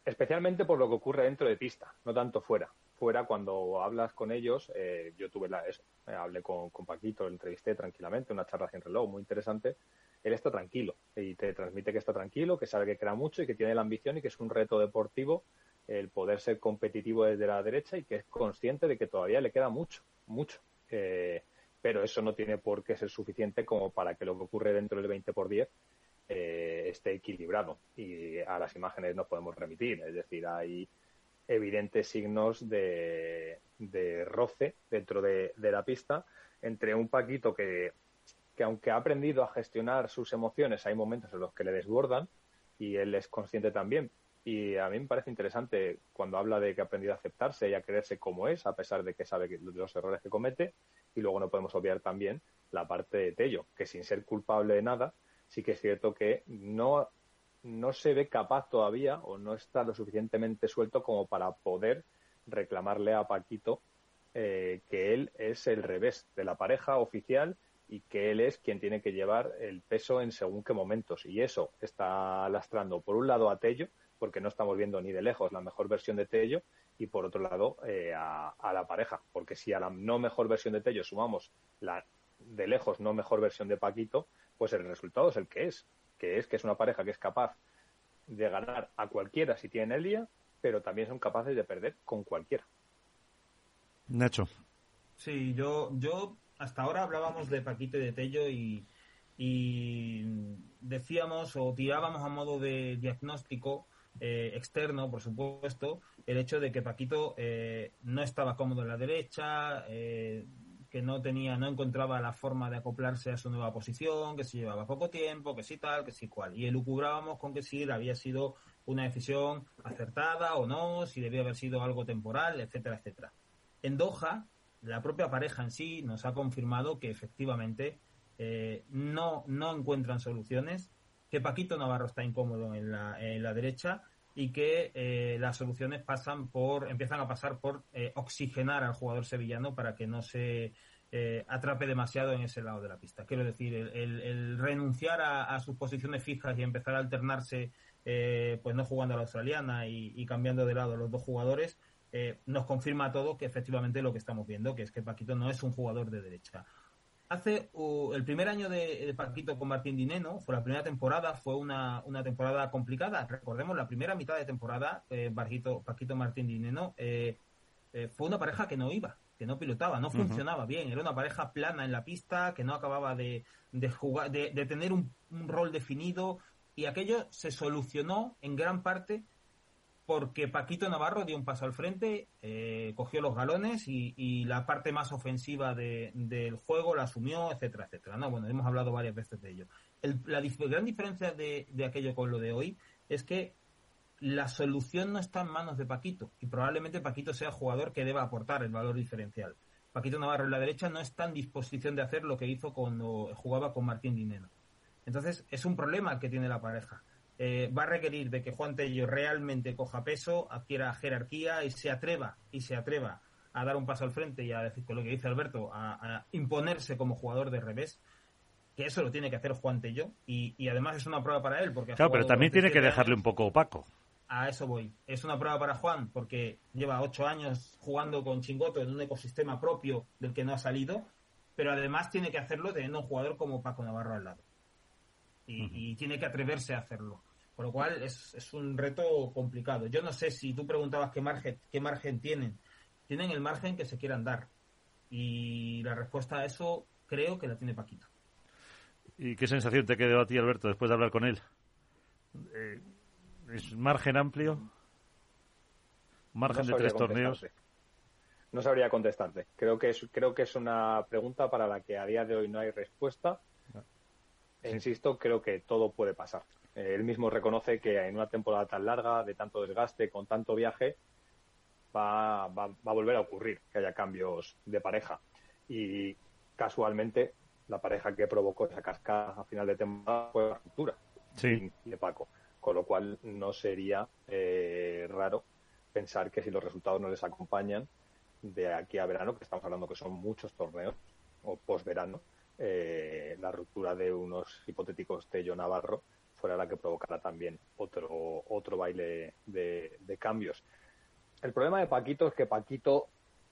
especialmente por lo que ocurre dentro de pista, no tanto fuera. Fuera, cuando hablas con ellos, yo tuve hablé con Paquito, lo entrevisté tranquilamente, una charla sin reloj muy interesante. Él está tranquilo y te transmite que está tranquilo, que sabe que crea mucho y que tiene la ambición y que es un reto deportivo el poder ser competitivo desde la derecha y que es consciente de que todavía le queda mucho. Pero eso no tiene por qué ser suficiente como para que lo que ocurre dentro del 20x10 esté equilibrado. Y a las imágenes nos podemos remitir, es decir, hay evidentes signos de roce dentro de la pista entre un Paquito que aunque ha aprendido a gestionar sus emociones, hay momentos en los que le desbordan y él es consciente también. Y a mí me parece interesante cuando habla de que ha aprendido a aceptarse y a quererse como es, a pesar de que sabe de los errores que comete. Y luego no podemos obviar también la parte de Tello, que sin ser culpable de nada, sí que es cierto que no se ve capaz todavía o no está lo suficientemente suelto como para poder reclamarle a Paquito que él es el revés de la pareja oficial y que él es quien tiene que llevar el peso en según qué momentos. Y eso está lastrando, por un lado, a Tello, porque no estamos viendo ni de lejos la mejor versión de Tello, y por otro lado a la pareja, porque si a la no mejor versión de Tello sumamos la de lejos no mejor versión de Paquito, pues el resultado es el que es una pareja que es capaz de ganar a cualquiera si tiene el día, pero también son capaces de perder con cualquiera. Nacho. Sí, yo hasta ahora hablábamos de Paquito y de Tello y decíamos o tirábamos a modo de diagnóstico externo, por supuesto, el hecho de que Paquito no estaba cómodo en la derecha, que no encontraba la forma de acoplarse a su nueva posición, que si llevaba poco tiempo, que si tal, que si cual. Y elucubrábamos con que si había sido una decisión acertada o no, si debía haber sido algo temporal, etcétera, etcétera. En Doha, la propia pareja en sí nos ha confirmado que efectivamente no encuentran soluciones, que Paquito Navarro está incómodo en la derecha y que las soluciones empiezan a pasar por oxigenar al jugador sevillano para que no se atrape demasiado en ese lado de la pista. Quiero decir, el renunciar a sus posiciones fijas y empezar a alternarse, pues no jugando a la australiana y cambiando de lado los dos jugadores, nos confirma a todos que efectivamente lo que estamos viendo, que es que Paquito no es un jugador de derecha. El primer año de Paquito con Martín Dineno, fue la primera temporada, fue una temporada complicada. Recordemos, la primera mitad de temporada, Paquito Martín Dineno, fue una pareja que no iba, que no pilotaba, no funcionaba bien. Era una pareja plana en la pista, que no acababa de jugar, de tener un rol definido, y aquello se solucionó en gran parte porque Paquito Navarro dio un paso al frente, cogió los galones y la parte más ofensiva del juego la asumió, etcétera, etcétera. No, bueno, hemos hablado varias veces de ello. La gran diferencia de aquello con lo de hoy es que la solución no está en manos de Paquito y probablemente Paquito sea el jugador que deba aportar el valor diferencial. Paquito Navarro en la derecha no está en disposición de hacer lo que hizo cuando jugaba con Martín Dineno. Entonces, es un problema que tiene la pareja. Va a requerir de que Juan Tello realmente coja peso, adquiera jerarquía y se atreva a dar un paso al frente y a decir, con lo que dice Alberto, a imponerse como jugador de revés, que eso lo tiene que hacer Juan Tello y además es una prueba para él. Porque claro, pero también tiene que dejarle un poco opaco. A eso voy. Es una prueba para Juan porque lleva 8 años jugando con Chingoto en un ecosistema propio del que no ha salido, pero además tiene que hacerlo teniendo un jugador como Paco Navarro al lado. Y tiene que atreverse a hacerlo. Por lo cual es un reto complicado. Yo no sé si tú preguntabas qué margen tienen. Tienen el margen que se quieran dar. Y la respuesta a eso creo que la tiene Paquito. ¿Y qué sensación te quedó a ti, Alberto, después de hablar con él? ¿Es margen amplio? ¿Margen de 3 torneos? No sabría contestarte. Creo que es una pregunta para la que a día de hoy no hay respuesta. Insisto, creo que todo puede pasar. Él mismo reconoce que en una temporada tan larga, de tanto desgaste, con tanto viaje, va a volver a ocurrir que haya cambios de pareja. Y casualmente, la pareja que provocó esa cascada a final de temporada fue la ruptura de Paco. Con lo cual no sería raro pensar que si los resultados no les acompañan de aquí a verano, que estamos hablando que son muchos torneos, o posverano, la ruptura de unos hipotéticos Tello Navarro fuera la que provocara también otro baile de cambios. El problema de Paquito es que Paquito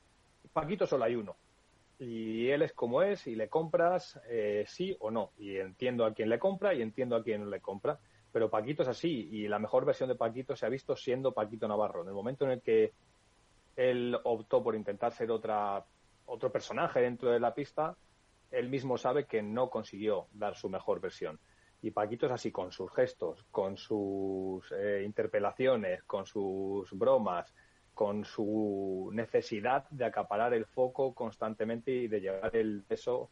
solo hay uno. Y él es como es, y le compras sí o no. Y entiendo a quién le compra y entiendo a quién no le compra. Pero Paquito es así, y la mejor versión de Paquito se ha visto siendo Paquito Navarro. En el momento en el que él optó por intentar ser otro personaje dentro de la pista, él mismo sabe que no consiguió dar su mejor versión. Y Paquito es así, con sus gestos, con sus interpelaciones, con sus bromas, con su necesidad de acaparar el foco constantemente y de llevar el peso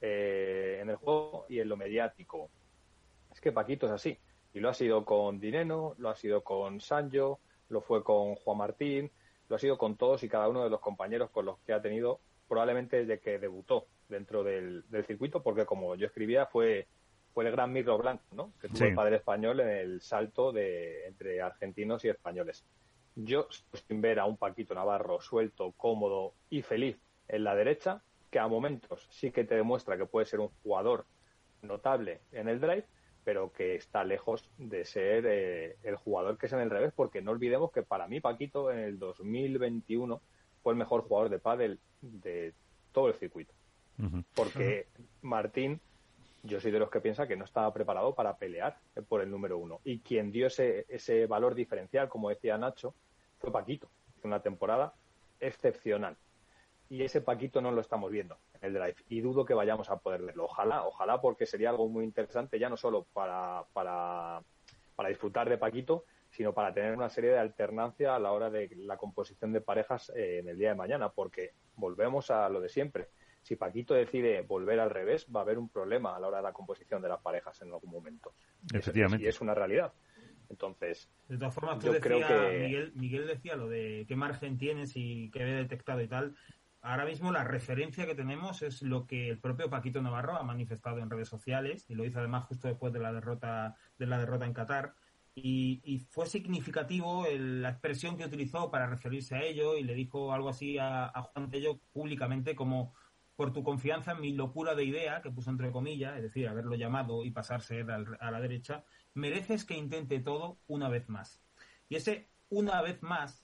en el juego y en lo mediático. Es que Paquito es así. Y lo ha sido con Dineno, lo ha sido con Sancho, lo fue con Juan Martín, lo ha sido con todos y cada uno de los compañeros con los que ha tenido, probablemente desde que debutó dentro del circuito, porque como yo escribía, fue el gran Mirlo Blanco, ¿no? Que tuvo el padre español en el salto entre argentinos y españoles. Yo, sin ver a un Paquito Navarro suelto, cómodo y feliz en la derecha, que a momentos sí que te demuestra que puede ser un jugador notable en el drive, pero que está lejos de ser el jugador que es en el revés, porque no olvidemos que para mí Paquito en el 2021 fue el mejor jugador de pádel de todo el circuito. Porque Martín, yo soy de los que piensa que no estaba preparado para pelear por el número 1. Y quien dio ese valor diferencial, como decía Nacho, fue Paquito. Hizo una temporada excepcional. Y ese Paquito no lo estamos viendo en el drive. Y dudo que vayamos a poder verlo. Ojalá, porque sería algo muy interesante, ya no solo para disfrutar de Paquito, sino para tener una serie de alternancia a la hora de la composición de parejas en el día de mañana. Porque volvemos a lo de siempre. Si Paquito decide volver al revés, va a haber un problema a la hora de la composición de las parejas en algún momento. Efectivamente. Y es una realidad. Entonces, de todas formas, creo que Miguel decía lo de qué margen tienes y qué he detectado y tal. Ahora mismo la referencia que tenemos es lo que el propio Paquito Navarro ha manifestado en redes sociales, y lo hizo además justo después de la derrota en Qatar. Y fue significativo la expresión que utilizó para referirse a ello, y le dijo algo así a Juan Tello públicamente como: por tu confianza en mi locura de idea, que puso entre comillas, es decir, haberlo llamado y pasarse a la derecha, mereces que intente todo una vez más. Y ese una vez más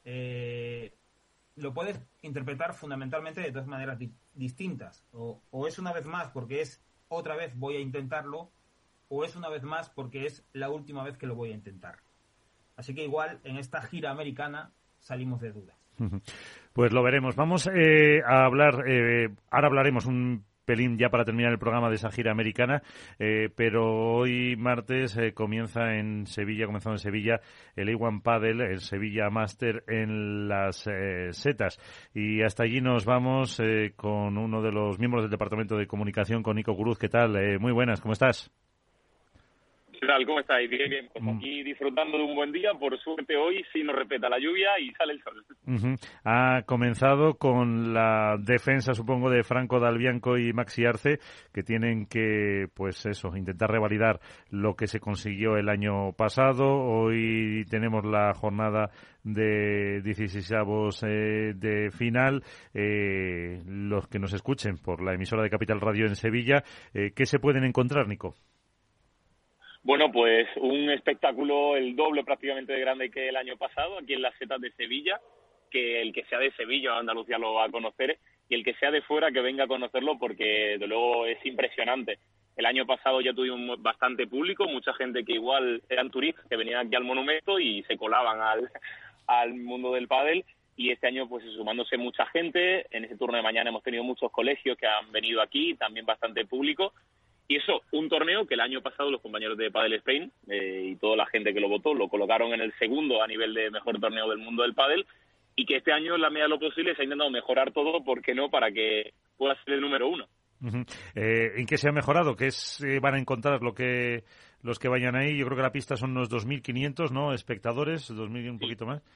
lo puedes interpretar fundamentalmente de dos maneras distintas. O es una vez más porque es otra vez voy a intentarlo, o es una vez más porque es la última vez que lo voy a intentar. Así que igual en esta gira americana salimos de dudas. Pues lo veremos. Vamos a hablar, ahora hablaremos un pelín ya para terminar el programa de esa gira americana, pero hoy martes comenzó en Sevilla el A1 Padel, el Sevilla Master en las Setas, y hasta allí nos vamos con uno de los miembros del Departamento de Comunicación, con Nico Cruz. ¿Qué tal? Muy buenas, ¿cómo estás? ¿Qué tal? ¿Cómo estáis? Bien. Pues aquí disfrutando de un buen día. Por suerte hoy sí nos respeta la lluvia y sale el sol. Ha comenzado con la defensa, supongo, de Franco Dalbianco y Maxi Arce, que tienen que, pues eso, intentar revalidar lo que se consiguió el año pasado. Hoy tenemos la jornada de 16avos de final. Los que nos escuchen por la emisora de Capital Radio en Sevilla, ¿qué se pueden encontrar, Nico? Bueno, pues un espectáculo el doble prácticamente de grande que el año pasado, aquí en las Setas de Sevilla, que el que sea de Sevilla o Andalucía lo va a conocer, y el que sea de fuera que venga a conocerlo, porque de luego es impresionante. El año pasado ya tuvimos bastante público, mucha gente que igual eran turistas que venían aquí al monumento y se colaban al mundo del pádel, y este año pues sumándose mucha gente. En ese turno de mañana hemos tenido muchos colegios que han venido aquí, también bastante público. Y eso, un torneo que el año pasado los compañeros de Padel Spain y toda la gente que lo votó lo colocaron en el segundo a nivel de mejor torneo del mundo del pádel, y que este año en la medida de lo posible se ha intentado mejorar todo, ¿por qué no?, para que pueda ser el número uno. ¿En qué se ha mejorado? ¿Qué van a encontrar los que vayan ahí? Yo creo que la pista son unos 2.500, ¿no?, espectadores, 2.000 y un poquito más.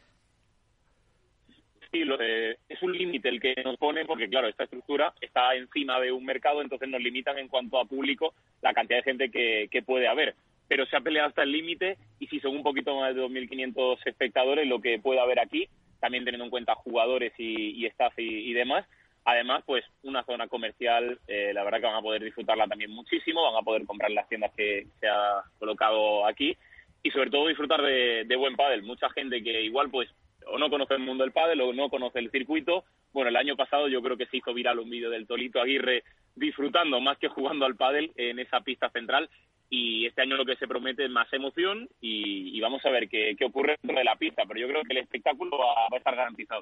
Sí, es un límite el que nos pone, porque claro, esta estructura está encima de un mercado, entonces nos limitan en cuanto a público la cantidad de gente que puede haber. Pero se ha peleado hasta el límite, y si son un poquito más de 2.500 espectadores lo que puede haber aquí, también teniendo en cuenta jugadores y staff y demás, Además, pues una zona comercial, la verdad que van a poder disfrutarla también muchísimo, van a poder comprar las tiendas que se ha colocado aquí y sobre todo disfrutar de buen pádel. Mucha gente que igual pues o no conoce el mundo del pádel o no conoce el circuito. Bueno, el año pasado yo creo que se hizo viral un vídeo del Tolito Aguirre disfrutando más que jugando al pádel en esa pista central. Y este año lo que se promete es más emoción y vamos a ver qué ocurre dentro de la pista, pero yo creo que el espectáculo va a estar garantizado.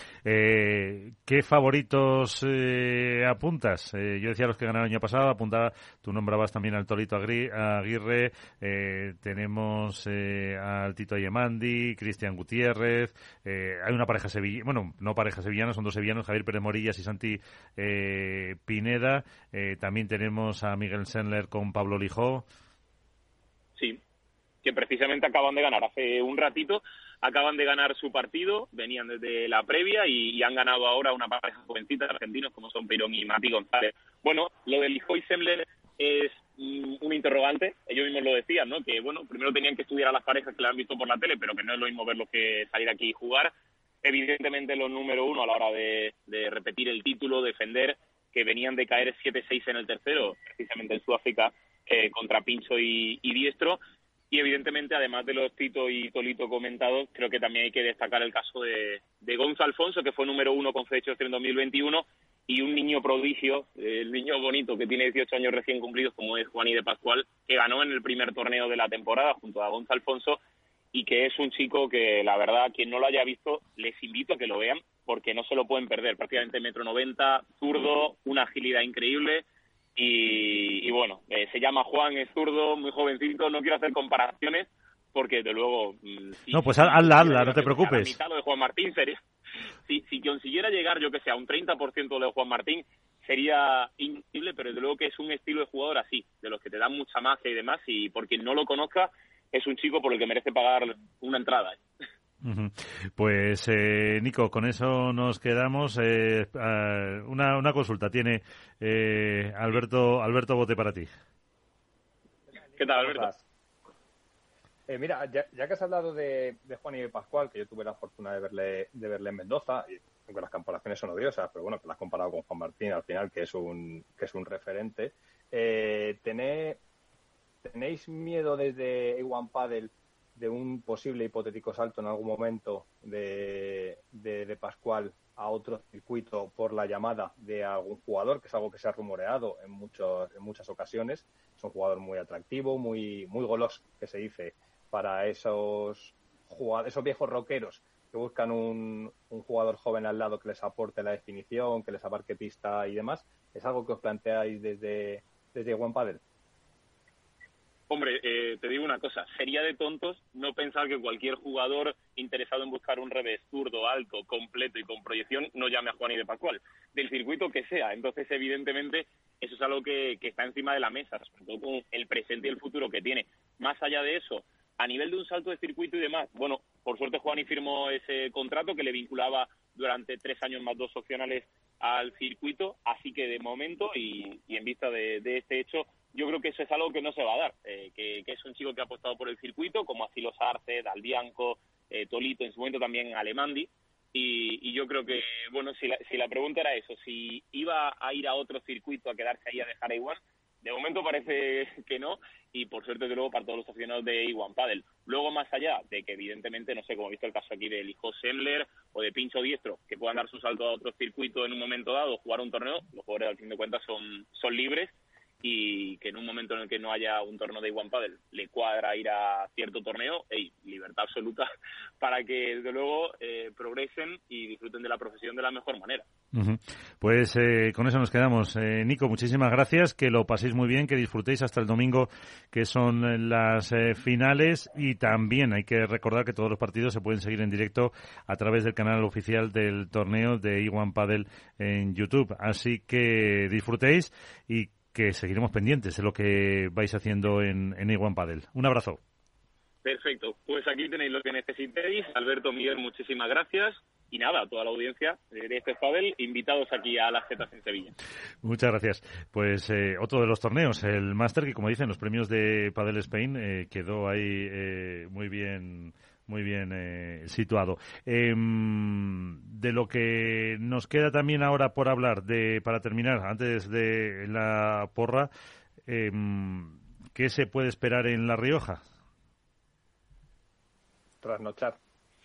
¿Qué favoritos apuntas? Yo decía los que ganaron el año pasado, apuntaba, tú nombrabas también al Tolito Aguirre, tenemos al Tito Ayemandi, Cristian Gutiérrez, hay una pareja sevillana, bueno, no pareja sevillana, son dos sevillanos, Javier Pérez Morillas y Santi Pineda, también tenemos a Miguel Sendler con Pablo Lijó. Sí, que precisamente acaban de ganar. Hace un ratito acaban de ganar su partido, venían desde la previa y han ganado ahora una pareja jovencita de argentinos como son Peirón y Mati González. Bueno, lo de Lijó y Sendler es un interrogante. Ellos mismos lo decían, ¿no? Que, bueno, primero tenían que estudiar a las parejas que la han visto por la tele, pero que no es lo mismo verlos que salir aquí y jugar. Evidentemente los número uno a la hora de repetir el título, defender, que venían de caer 7-6 en el tercero, precisamente en Sudáfrica, contra Pincho y Diestro. Y evidentemente, además de los Tito y Tolito comentados, creo que también hay que destacar el caso de Gonzo Alfonso, que fue número uno con fechas en 2021, y un niño prodigio, el niño bonito que tiene 18 años recién cumplidos, como es Juani de Pascual, que ganó en el primer torneo de la temporada junto a Gonzo Alfonso, y que es un chico que, la verdad, quien no lo haya visto, les invito a que lo vean, porque no se lo pueden perder. Prácticamente 1,90 m, zurdo, una agilidad increíble. Y bueno, se llama Juan, es zurdo, muy jovencito, no quiero hacer comparaciones porque de luego... No, pues hazla, no te preocupes. A la mitad lo de Juan Martín sería... Si consiguiera llegar, yo que sé, a un 30% de Juan Martín, sería increíble, pero desde luego que es un estilo de jugador así, de los que te dan mucha magia y demás, y por quien no lo conozca, es un chico por el que merece pagar una entrada. Pues Nico, con eso nos quedamos. Una consulta tiene Alberto Bote para ti. ¿Qué tal, Alberto? Mira, ya que has hablado de Juan y de Pascual, que yo tuve la fortuna de verle en Mendoza, y aunque las comparaciones son odiosas, pero bueno, que las has comparado con Juan Martín al final, que es un referente. ¿Tenéis miedo desde A1 Padel de un posible hipotético salto en algún momento de Pascual a otro circuito por la llamada de algún jugador, que es algo que se ha rumoreado en muchas ocasiones? Es un jugador muy atractivo, muy goloso, que se dice, para esos viejos rockeros que buscan un jugador joven al lado que les aporte la definición, que les abarque pista y demás. ¿Es algo que os planteáis desde A1 Padel? Hombre, te digo una cosa, sería de tontos no pensar que cualquier jugador interesado en buscar un revés zurdo, alto, completo y con proyección no llame a Juani de Pascual, del circuito que sea. Entonces, evidentemente, eso es algo que está encima de la mesa, sobre todo con el presente y el futuro que tiene. Más allá de eso, a nivel de un salto de circuito y demás, bueno, por suerte Juani firmó ese contrato que le vinculaba durante 3 años más 2 opcionales al circuito, así que de momento y en vista de este hecho, yo creo que eso es algo que no se va a dar, que es un chico que ha apostado por el circuito, como así los Arce, Dalbianco, Tolito, en su momento también Alemandi, y yo creo que, bueno, si la pregunta era eso, si iba a ir a otro circuito a quedarse ahí a dejar a A1, de momento parece que no, y por suerte de luego para todos los aficionados de A1 Padel. Luego, más allá de que evidentemente, no sé, como he visto el caso aquí de Lijó Sendler o de Pincho Diestro, que puedan dar su salto a otro circuito en un momento dado, jugar un torneo, los jugadores al fin de cuentas son libres, y que en un momento en el que no haya un torneo de A1 Padel le cuadra ir a cierto torneo, libertad absoluta para que desde luego progresen y disfruten de la profesión de la mejor manera. Pues con eso nos quedamos. Nico, muchísimas gracias, que lo paséis muy bien, que disfrutéis hasta el domingo, que son las finales, y también hay que recordar que todos los partidos se pueden seguir en directo a través del canal oficial del torneo de A1 Padel en YouTube, así que disfrutéis y que seguiremos pendientes de lo que vais haciendo en A1 Padel. Un abrazo. Perfecto, pues aquí tenéis lo que necesitéis. Alberto, Miguel, muchísimas gracias. Y nada, a toda la audiencia de este Padel, invitados aquí a las Zetas en Sevilla. Muchas gracias. Pues otro de los torneos, el Máster, que como dicen, los premios de Padel Spain, quedó ahí muy bien situado. de lo que nos queda también ahora por hablar, para terminar, antes de la porra, ¿qué se puede esperar en La Rioja? Trasnochar.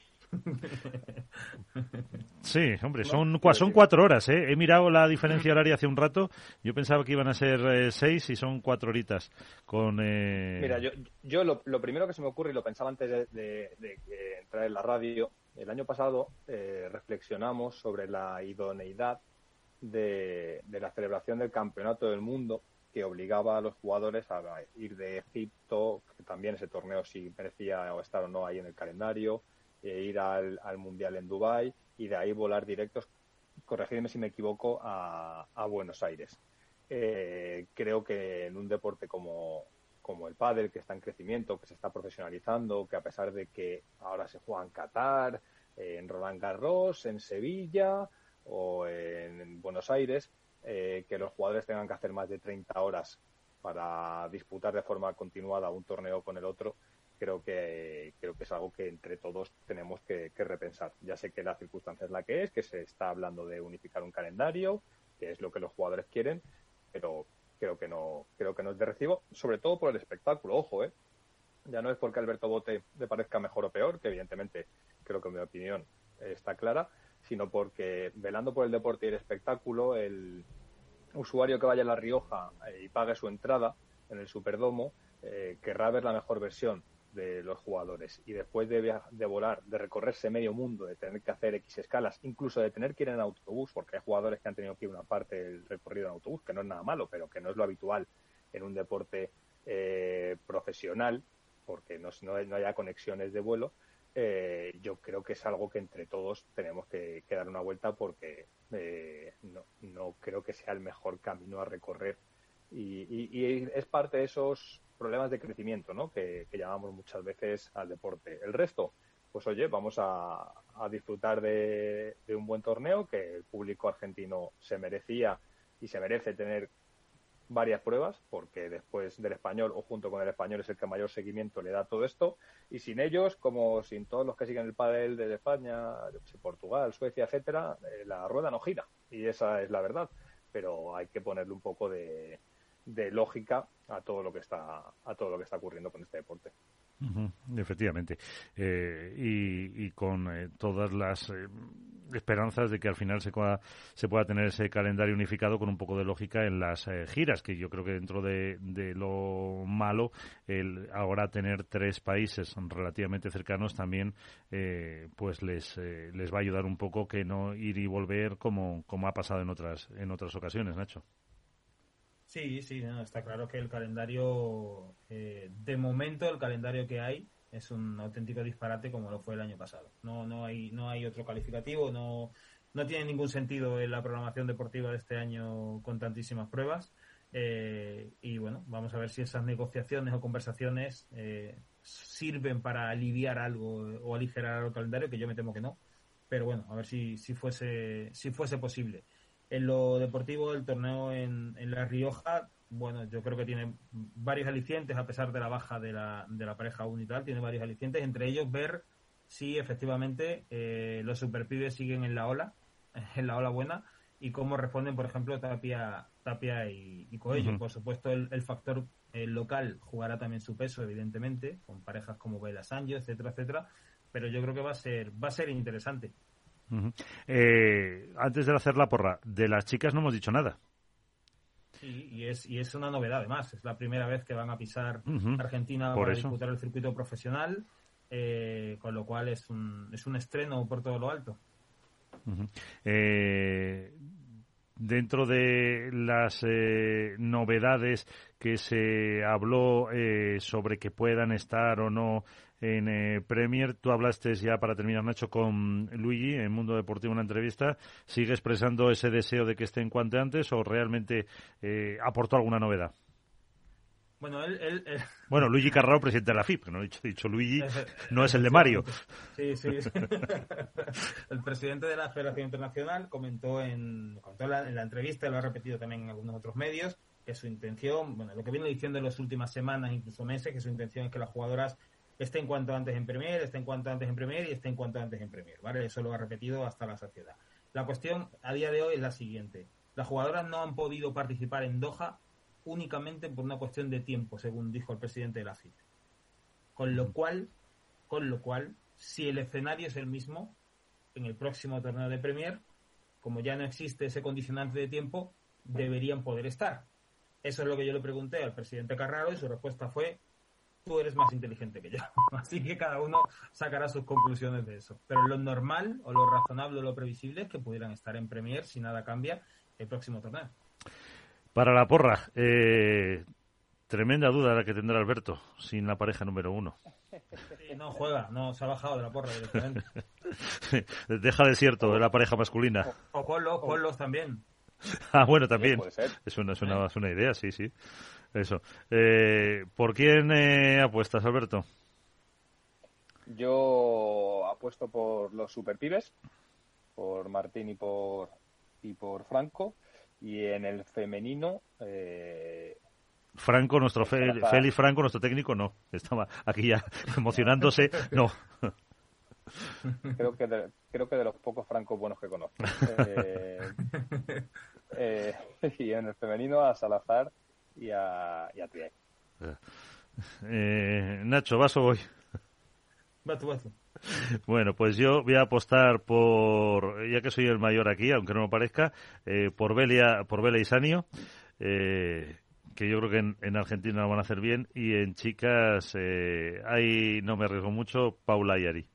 Sí, hombre, son 4 horas, ¿eh? He mirado la diferencia horaria hace un rato. Yo pensaba que iban a ser 6 y son 4 horitas. Mira, yo lo primero que se me ocurre, y lo pensaba antes de entrar en la radio, el año pasado reflexionamos sobre la idoneidad de la celebración del Campeonato del Mundo, que obligaba a los jugadores a ir de Egipto, que también ese torneo sí merecía estar o no ahí en el calendario, ir al Mundial en Dubái y de ahí volar directos, corregidme si me equivoco, a Buenos Aires. Creo que en un deporte como el pádel, que está en crecimiento, que se está profesionalizando, que a pesar de que ahora se juega en Qatar, en Roland Garros, en Sevilla o en Buenos Aires, que los jugadores tengan que hacer más de 30 horas para disputar de forma continuada un torneo con el otro, creo que es algo que entre todos tenemos que repensar. Ya sé que la circunstancia es la que se está hablando de unificar un calendario, que es lo que los jugadores quieren, pero creo que no es de recibo, sobre todo por el espectáculo. Ojo, ya no es porque Alberto Bote le parezca mejor o peor, que evidentemente creo que mi opinión está clara, sino porque velando por el deporte y el espectáculo, el usuario que vaya a La Rioja y pague su entrada en el Superdomo querrá ver la mejor versión de los jugadores, y después de volar, de recorrerse medio mundo, de tener que hacer X escalas, incluso de tener que ir en autobús, porque hay jugadores que han tenido que ir una parte del recorrido en autobús, que no es nada malo, pero que no es lo habitual en un deporte profesional, porque no haya conexiones de vuelo. Yo creo que es algo que entre todos tenemos que dar una vuelta, porque no creo que sea el mejor camino a recorrer, y es parte de esos problemas de crecimiento, ¿no?, que llamamos muchas veces al deporte. El resto, pues oye, vamos a disfrutar de un buen torneo, que el público argentino se merecía y se merece tener varias pruebas, porque después del Español o junto con el Español es el que mayor seguimiento le da todo esto, y sin ellos, como sin todos los que siguen el pádel desde España, Portugal, Suecia, etcétera, la rueda no gira, y esa es la verdad, pero hay que ponerle un poco de lógica a todo lo que está ocurriendo con este deporte. Efectivamente, y con todas las esperanzas de que al final se pueda tener ese calendario unificado con un poco de lógica en las giras, que yo creo que dentro de lo malo, ahora tener 3 países relativamente cercanos también pues les va a ayudar un poco, que no ir y volver como ha pasado en otras ocasiones, Nacho. Sí, no, está claro que el calendario, de momento el calendario que hay es un auténtico disparate, como lo fue el año pasado. No hay otro calificativo, no tiene ningún sentido en la programación deportiva de este año con tantísimas pruebas. Y bueno, vamos a ver si esas negociaciones o conversaciones sirven para aliviar algo o aligerar el calendario, que yo me temo que no. Pero bueno, a ver si fuese posible. En lo deportivo, el torneo en La Rioja, bueno, yo creo que tiene varios alicientes, a pesar de la baja de la pareja unital, tiene varios alicientes, entre ellos ver si efectivamente los superpibes siguen en la ola buena, y cómo responden, por ejemplo, Tapia y Coello. Por supuesto, el factor local jugará también su peso, evidentemente, con parejas como Bela Sancho, etcétera, pero yo creo que va a ser interesante. Antes de hacer la porra, de las chicas no hemos dicho nada. Sí, y es una novedad, además. Es la primera vez que van a pisar Argentina para disputar el circuito profesional, con lo cual es un estreno por todo lo alto. Dentro de las novedades que se habló sobre que puedan estar o no en Premier, tú hablaste ya, para terminar, Nacho, con Luigi en Mundo Deportivo, una entrevista. ¿Sigue expresando ese deseo de que esté en cuanto antes, o realmente aportó alguna novedad? Bueno, Bueno, Luigi Carrao, presidente de la FIP, que no he dicho Luigi, no es el de Mario. Sí. El presidente de la Federación Internacional comentó en la entrevista, y lo ha repetido también en algunos otros medios, que su intención, bueno, lo que viene diciendo en las últimas semanas, incluso meses, que su intención es que las jugadoras estén cuanto antes en Premier, estén cuanto antes en Premier y estén cuanto antes en Premier, ¿vale? Eso lo ha repetido hasta la saciedad. La cuestión a día de hoy es la siguiente. Las jugadoras no han podido participar en Doha únicamente por una cuestión de tiempo, según dijo el presidente de la FIT. Con lo cual, si el escenario es el mismo, en el próximo torneo de Premier, como ya no existe ese condicionante de tiempo, deberían poder estar. Eso es lo que yo le pregunté al presidente Carraro y su respuesta fue: tú eres más inteligente que yo. Así que cada uno sacará sus conclusiones de eso. Pero lo normal, o lo razonable, o lo previsible es que pudieran estar en Premier, si nada cambia, el próximo torneo. Para la porra, tremenda duda la que tendrá Alberto sin la pareja número 1. Sí, no juega, no se ha bajado de la porra directamente. Deja desierto de la pareja masculina. O ponlos también. Ah, bueno, también. Sí, puede ser. Es una idea, sí. Eso. ¿Por quién apuestas, Alberto? Yo apuesto por los superpibes, por Martín y por Franco, y en el femenino Franco, Félix Franco, nuestro técnico, no. Estaba aquí ya emocionándose, no. Creo que de los pocos francos buenos que conozco. Y en el femenino a Salazar y a Triay. Nacho, ¿vas o voy? Va tú. Bueno, pues yo voy a apostar por, ya que soy el mayor aquí, aunque no me parezca, por Vela y Sanio, que yo creo que en Argentina lo van a hacer bien, y en chicas, ahí no me arriesgo mucho, Paula y Ari.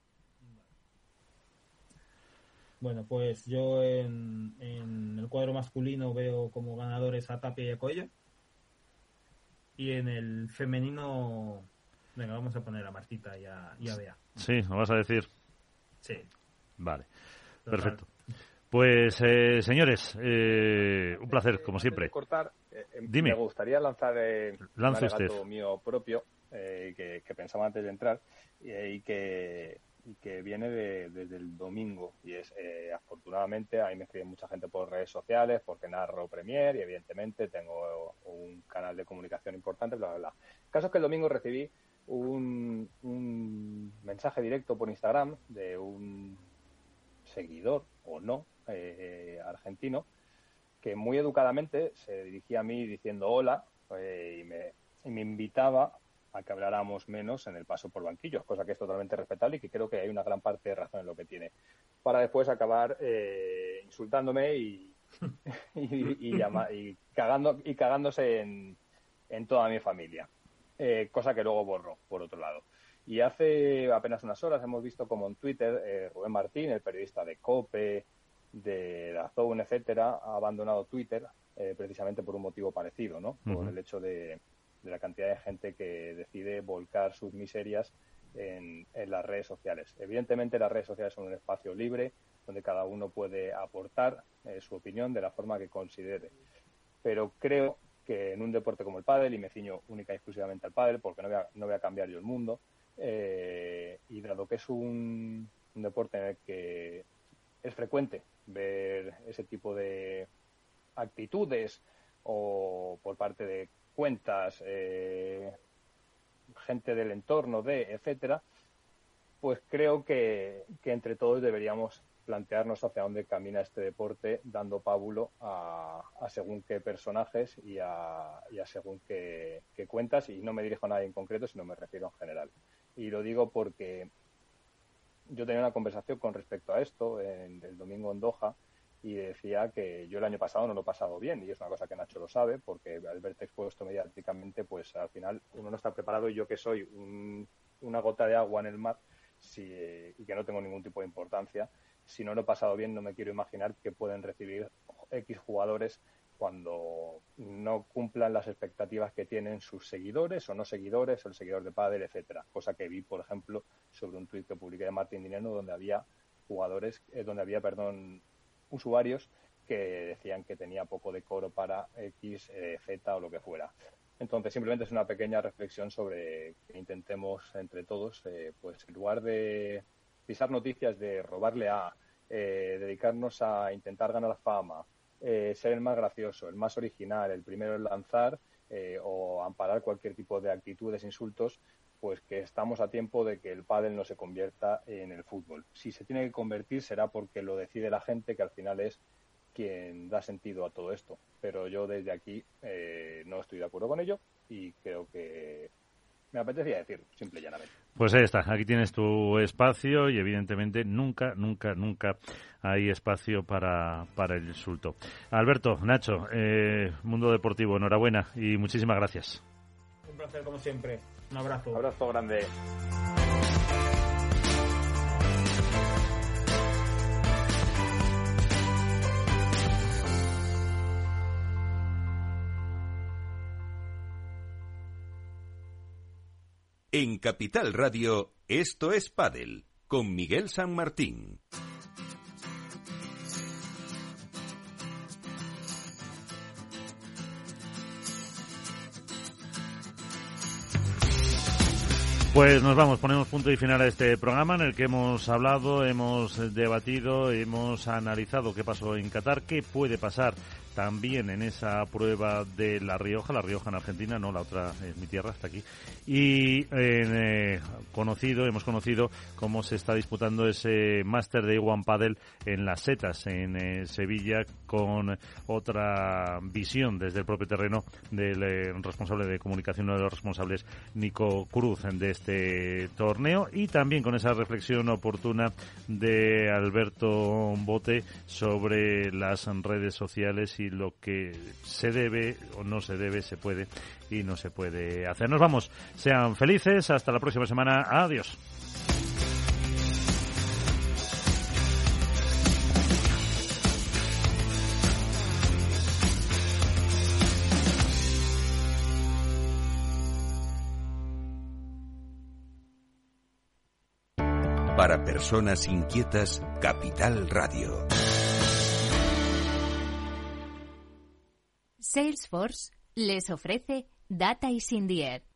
Bueno, pues yo en el cuadro masculino veo como ganadores a Tapia y a Coello. Y en el femenino, venga, vamos a poner a Martita y a Bea. Sí, ¿lo vas a decir? Sí. Vale, Total. perfecto. Pues, señores, un placer, como siempre. Cortar, Dime. Me gustaría lanzar un Lance usted. alegato mío propio, que pensaba antes de entrar, y que viene desde el domingo, y es, afortunadamente, a mí me escribe mucha gente por redes sociales, porque narro Premier, y evidentemente tengo un canal de comunicación importante, bla, bla, bla. El caso es que el domingo recibí un mensaje directo por Instagram de un seguidor, o no, argentino, que muy educadamente se dirigía a mí diciendo hola, y me invitaba a que habláramos menos en el paso por banquillos, cosa que es totalmente respetable y que creo que hay una gran parte de razón en lo que tiene, para después acabar insultándome y cagándose en toda mi familia, cosa que luego borró, por otro lado. Y hace apenas unas horas hemos visto como en Twitter Rubén Martín, el periodista de COPE, de DAZN, etcétera, ha abandonado Twitter precisamente por un motivo parecido, ¿no? Por el hecho de la cantidad de gente que decide volcar sus miserias en las redes sociales. Evidentemente las redes sociales son un espacio libre donde cada uno puede aportar su opinión de la forma que considere. Pero creo que en un deporte como el pádel, y me ciño única y exclusivamente al pádel porque no voy a cambiar yo el mundo, y dado que es un deporte en el que es frecuente ver ese tipo de actitudes o por parte de cuentas, gente del entorno etcétera, pues creo que entre todos deberíamos plantearnos hacia dónde camina este deporte, dando pábulo a según qué personajes y a según qué cuentas, y no me dirijo a nadie en concreto, sino me refiero en general. Y lo digo porque yo tenía una conversación con respecto a esto el domingo en Doha, y decía que yo el año pasado no lo he pasado bien, y es una cosa que Nacho lo sabe, porque al verte expuesto mediáticamente, pues al final uno no está preparado, y yo que soy una gota de agua en el mar y que no tengo ningún tipo de importancia, si no lo he pasado bien, no me quiero imaginar que pueden recibir X jugadores cuando no cumplan las expectativas que tienen sus seguidores o no seguidores, o el seguidor de pádel, etcétera. Cosa que vi, por ejemplo, sobre un tuit que publiqué de Martín Dineno, donde había usuarios que decían que tenía poco decoro para X, Z o lo que fuera. Entonces, simplemente es una pequeña reflexión sobre que intentemos entre todos, pues en lugar de pisar noticias de robarle dedicarnos a intentar ganar fama, ser el más gracioso, el más original, el primero en lanzar, o amparar cualquier tipo de actitudes, insultos, pues que estamos a tiempo de que el pádel no se convierta en el fútbol. Si se tiene que convertir será porque lo decide la gente, que al final es quien da sentido a todo esto. Pero yo desde aquí no estoy de acuerdo con ello y creo que me apetecía decir, simple y llanamente. Pues ahí está, aquí tienes tu espacio y evidentemente nunca hay espacio para el insulto. Alberto, Nacho, Mundo Deportivo, enhorabuena y muchísimas gracias. Un placer como siempre. Un abrazo. Un abrazo grande. En Capital Radio, esto es Pádel, con Miguel San Martín. Pues nos vamos, ponemos punto y final a este programa en el que hemos hablado, hemos debatido, hemos analizado qué pasó en Qatar, qué puede pasar también en esa prueba de La Rioja en Argentina, no, la otra es mi tierra, está aquí, y hemos conocido cómo se está disputando ese máster de One Padel en Las Setas, en Sevilla, con otra visión desde el propio terreno del responsable de comunicación, uno de los responsables, Nico Cruz, de este torneo, y también con esa reflexión oportuna de Alberto Bote sobre las redes sociales y lo que se debe o no se debe, se puede y no se puede hacer. Nos vamos, sean felices, hasta la próxima semana, adiós. Para personas inquietas, Capital Radio. Salesforce les ofrece Data is in the Air.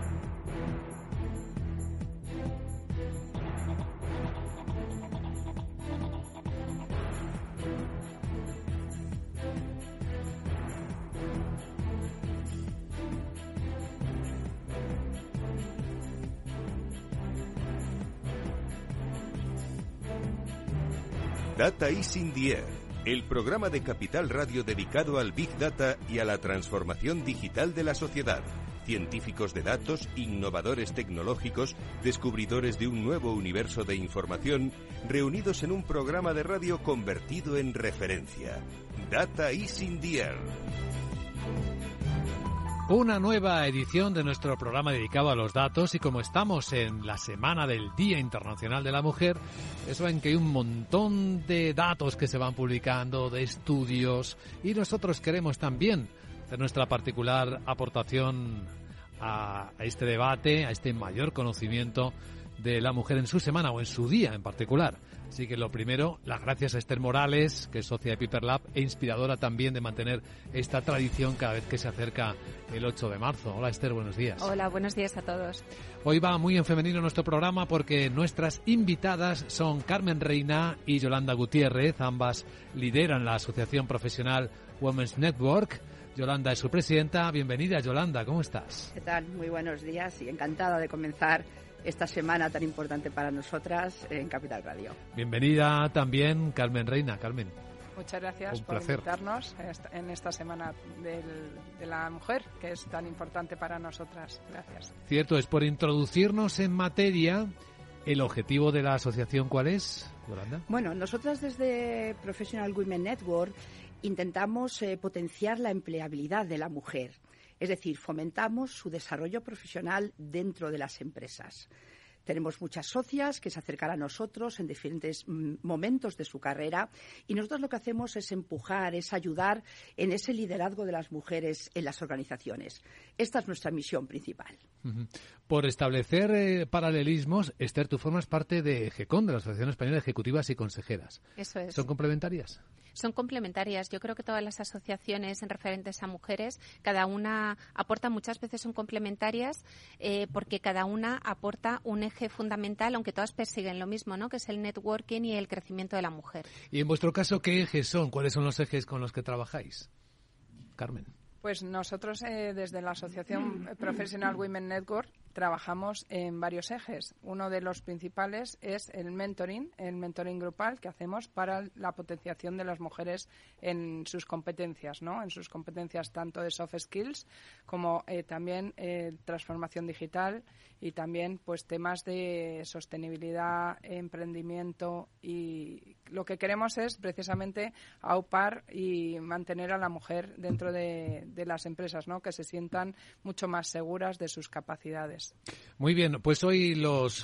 Data is in the Air, el programa de Capital Radio dedicado al Big Data y a la transformación digital de la sociedad. Científicos de datos, innovadores tecnológicos, descubridores de un nuevo universo de información, reunidos en un programa de radio convertido en referencia. Data is in the Air. Una nueva edición de nuestro programa dedicado a los datos, y como estamos en la semana del Día Internacional de la Mujer, eso en que hay un montón de datos que se van publicando, de estudios, y nosotros queremos también hacer nuestra particular aportación a este debate, a este mayor conocimiento de la mujer en su semana o en su día en particular. Así que lo primero, las gracias a Esther Morales, que es socia de Piper Lab e inspiradora también de mantener esta tradición cada vez que se acerca el 8 de marzo. Hola Esther, buenos días. Hola, buenos días a todos. Hoy va muy en femenino nuestro programa porque nuestras invitadas son Carmen Reina y Yolanda Gutiérrez. Ambas lideran la asociación profesional Women's Network. Yolanda es su presidenta. Bienvenida, Yolanda, ¿cómo estás? ¿Qué tal? Muy buenos días y encantada de comenzar esta semana tan importante para nosotras en Capital Radio. Bienvenida también Carmen Reina. Carmen. Muchas gracias por invitarnos en esta semana de la mujer, que es tan importante para nosotras. Gracias. Cierto, es por introducirnos en materia. ¿El objetivo de la asociación cuál es, Yolanda? Bueno, nosotras desde Professional Women Network intentamos potenciar la empleabilidad de la mujer. Es decir, fomentamos su desarrollo profesional dentro de las empresas. Tenemos muchas socias que se acercan a nosotros en diferentes momentos de su carrera y nosotros lo que hacemos es empujar, es ayudar en ese liderazgo de las mujeres en las organizaciones. Esta es nuestra misión principal. Por establecer paralelismos, Esther, tú formas parte de GECON, de la Asociación Española de Ejecutivas y Consejeras. Eso es. ¿Son complementarias? Son complementarias. Yo creo que todas las asociaciones referentes a mujeres, cada una aporta, muchas veces son complementarias porque cada una aporta un eje fundamental, aunque todas persiguen lo mismo, ¿no? Que es el networking y el crecimiento de la mujer. Y en vuestro caso, ¿qué ejes son? ¿Cuáles son los ejes con los que trabajáis? Carmen. Pues nosotros desde la Asociación Professional Women Network trabajamos en varios ejes. Uno de los principales es el mentoring grupal que hacemos para la potenciación de las mujeres en sus competencias, ¿no? En sus competencias tanto de soft skills como también transformación digital y también pues temas de sostenibilidad, emprendimiento, y lo que queremos es precisamente aupar y mantener a la mujer dentro de las empresas, ¿no? Que se sientan mucho más seguras de sus capacidades. Muy bien, pues hoy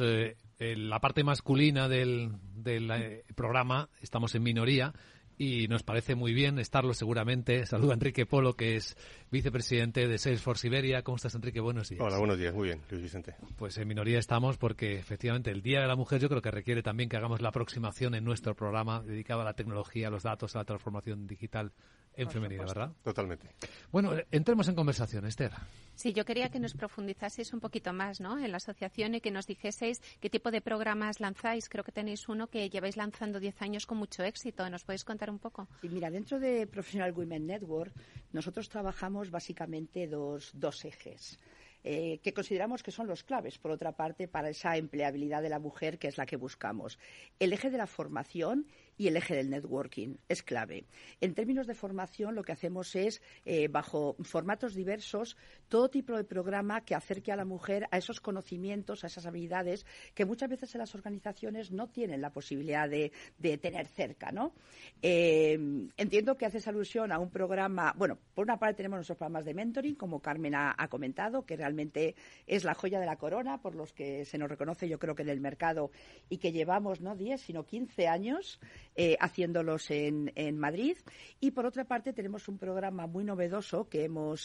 la parte masculina del programa estamos en minoría y nos parece muy bien estarlo seguramente. Saluda a Enrique Polo, que es vicepresidente de Salesforce Iberia. ¿Cómo estás, Enrique? Buenos días. Hola, buenos días. Muy bien, Luis Vicente. Pues en minoría estamos porque efectivamente el Día de la Mujer yo creo que requiere también que hagamos la aproximación en nuestro programa dedicado a la tecnología, a los datos, a la transformación digital en femenino, ¿verdad? Totalmente. Bueno, entremos en conversación, Esther. Sí, yo quería que nos profundizaseis un poquito más, ¿no?, en la asociación y que nos dijeseis qué tipo de programas lanzáis. Creo que tenéis uno que lleváis lanzando 10 años con mucho éxito. ¿Nos podéis contar un poco? Sí, mira, dentro de Professional Women Network nosotros trabajamos básicamente dos ejes. Que consideramos que son los claves, por otra parte, para esa empleabilidad de la mujer, que es la que buscamos. El eje de la formación y el eje del networking es clave. En términos de formación, lo que hacemos es, bajo formatos diversos, todo tipo de programa que acerque a la mujer a esos conocimientos, a esas habilidades que muchas veces en las organizaciones no tienen la posibilidad de tener cerca, ¿no? Entiendo que haces alusión a un programa. Bueno, por una parte tenemos nuestros programas de mentoring, como Carmen ha comentado, que realmente es la joya de la corona por los que se nos reconoce, yo creo que en el mercado, y que llevamos no 10 sino 15 años haciéndolos en Madrid. Y por otra parte tenemos un programa muy novedoso que hemos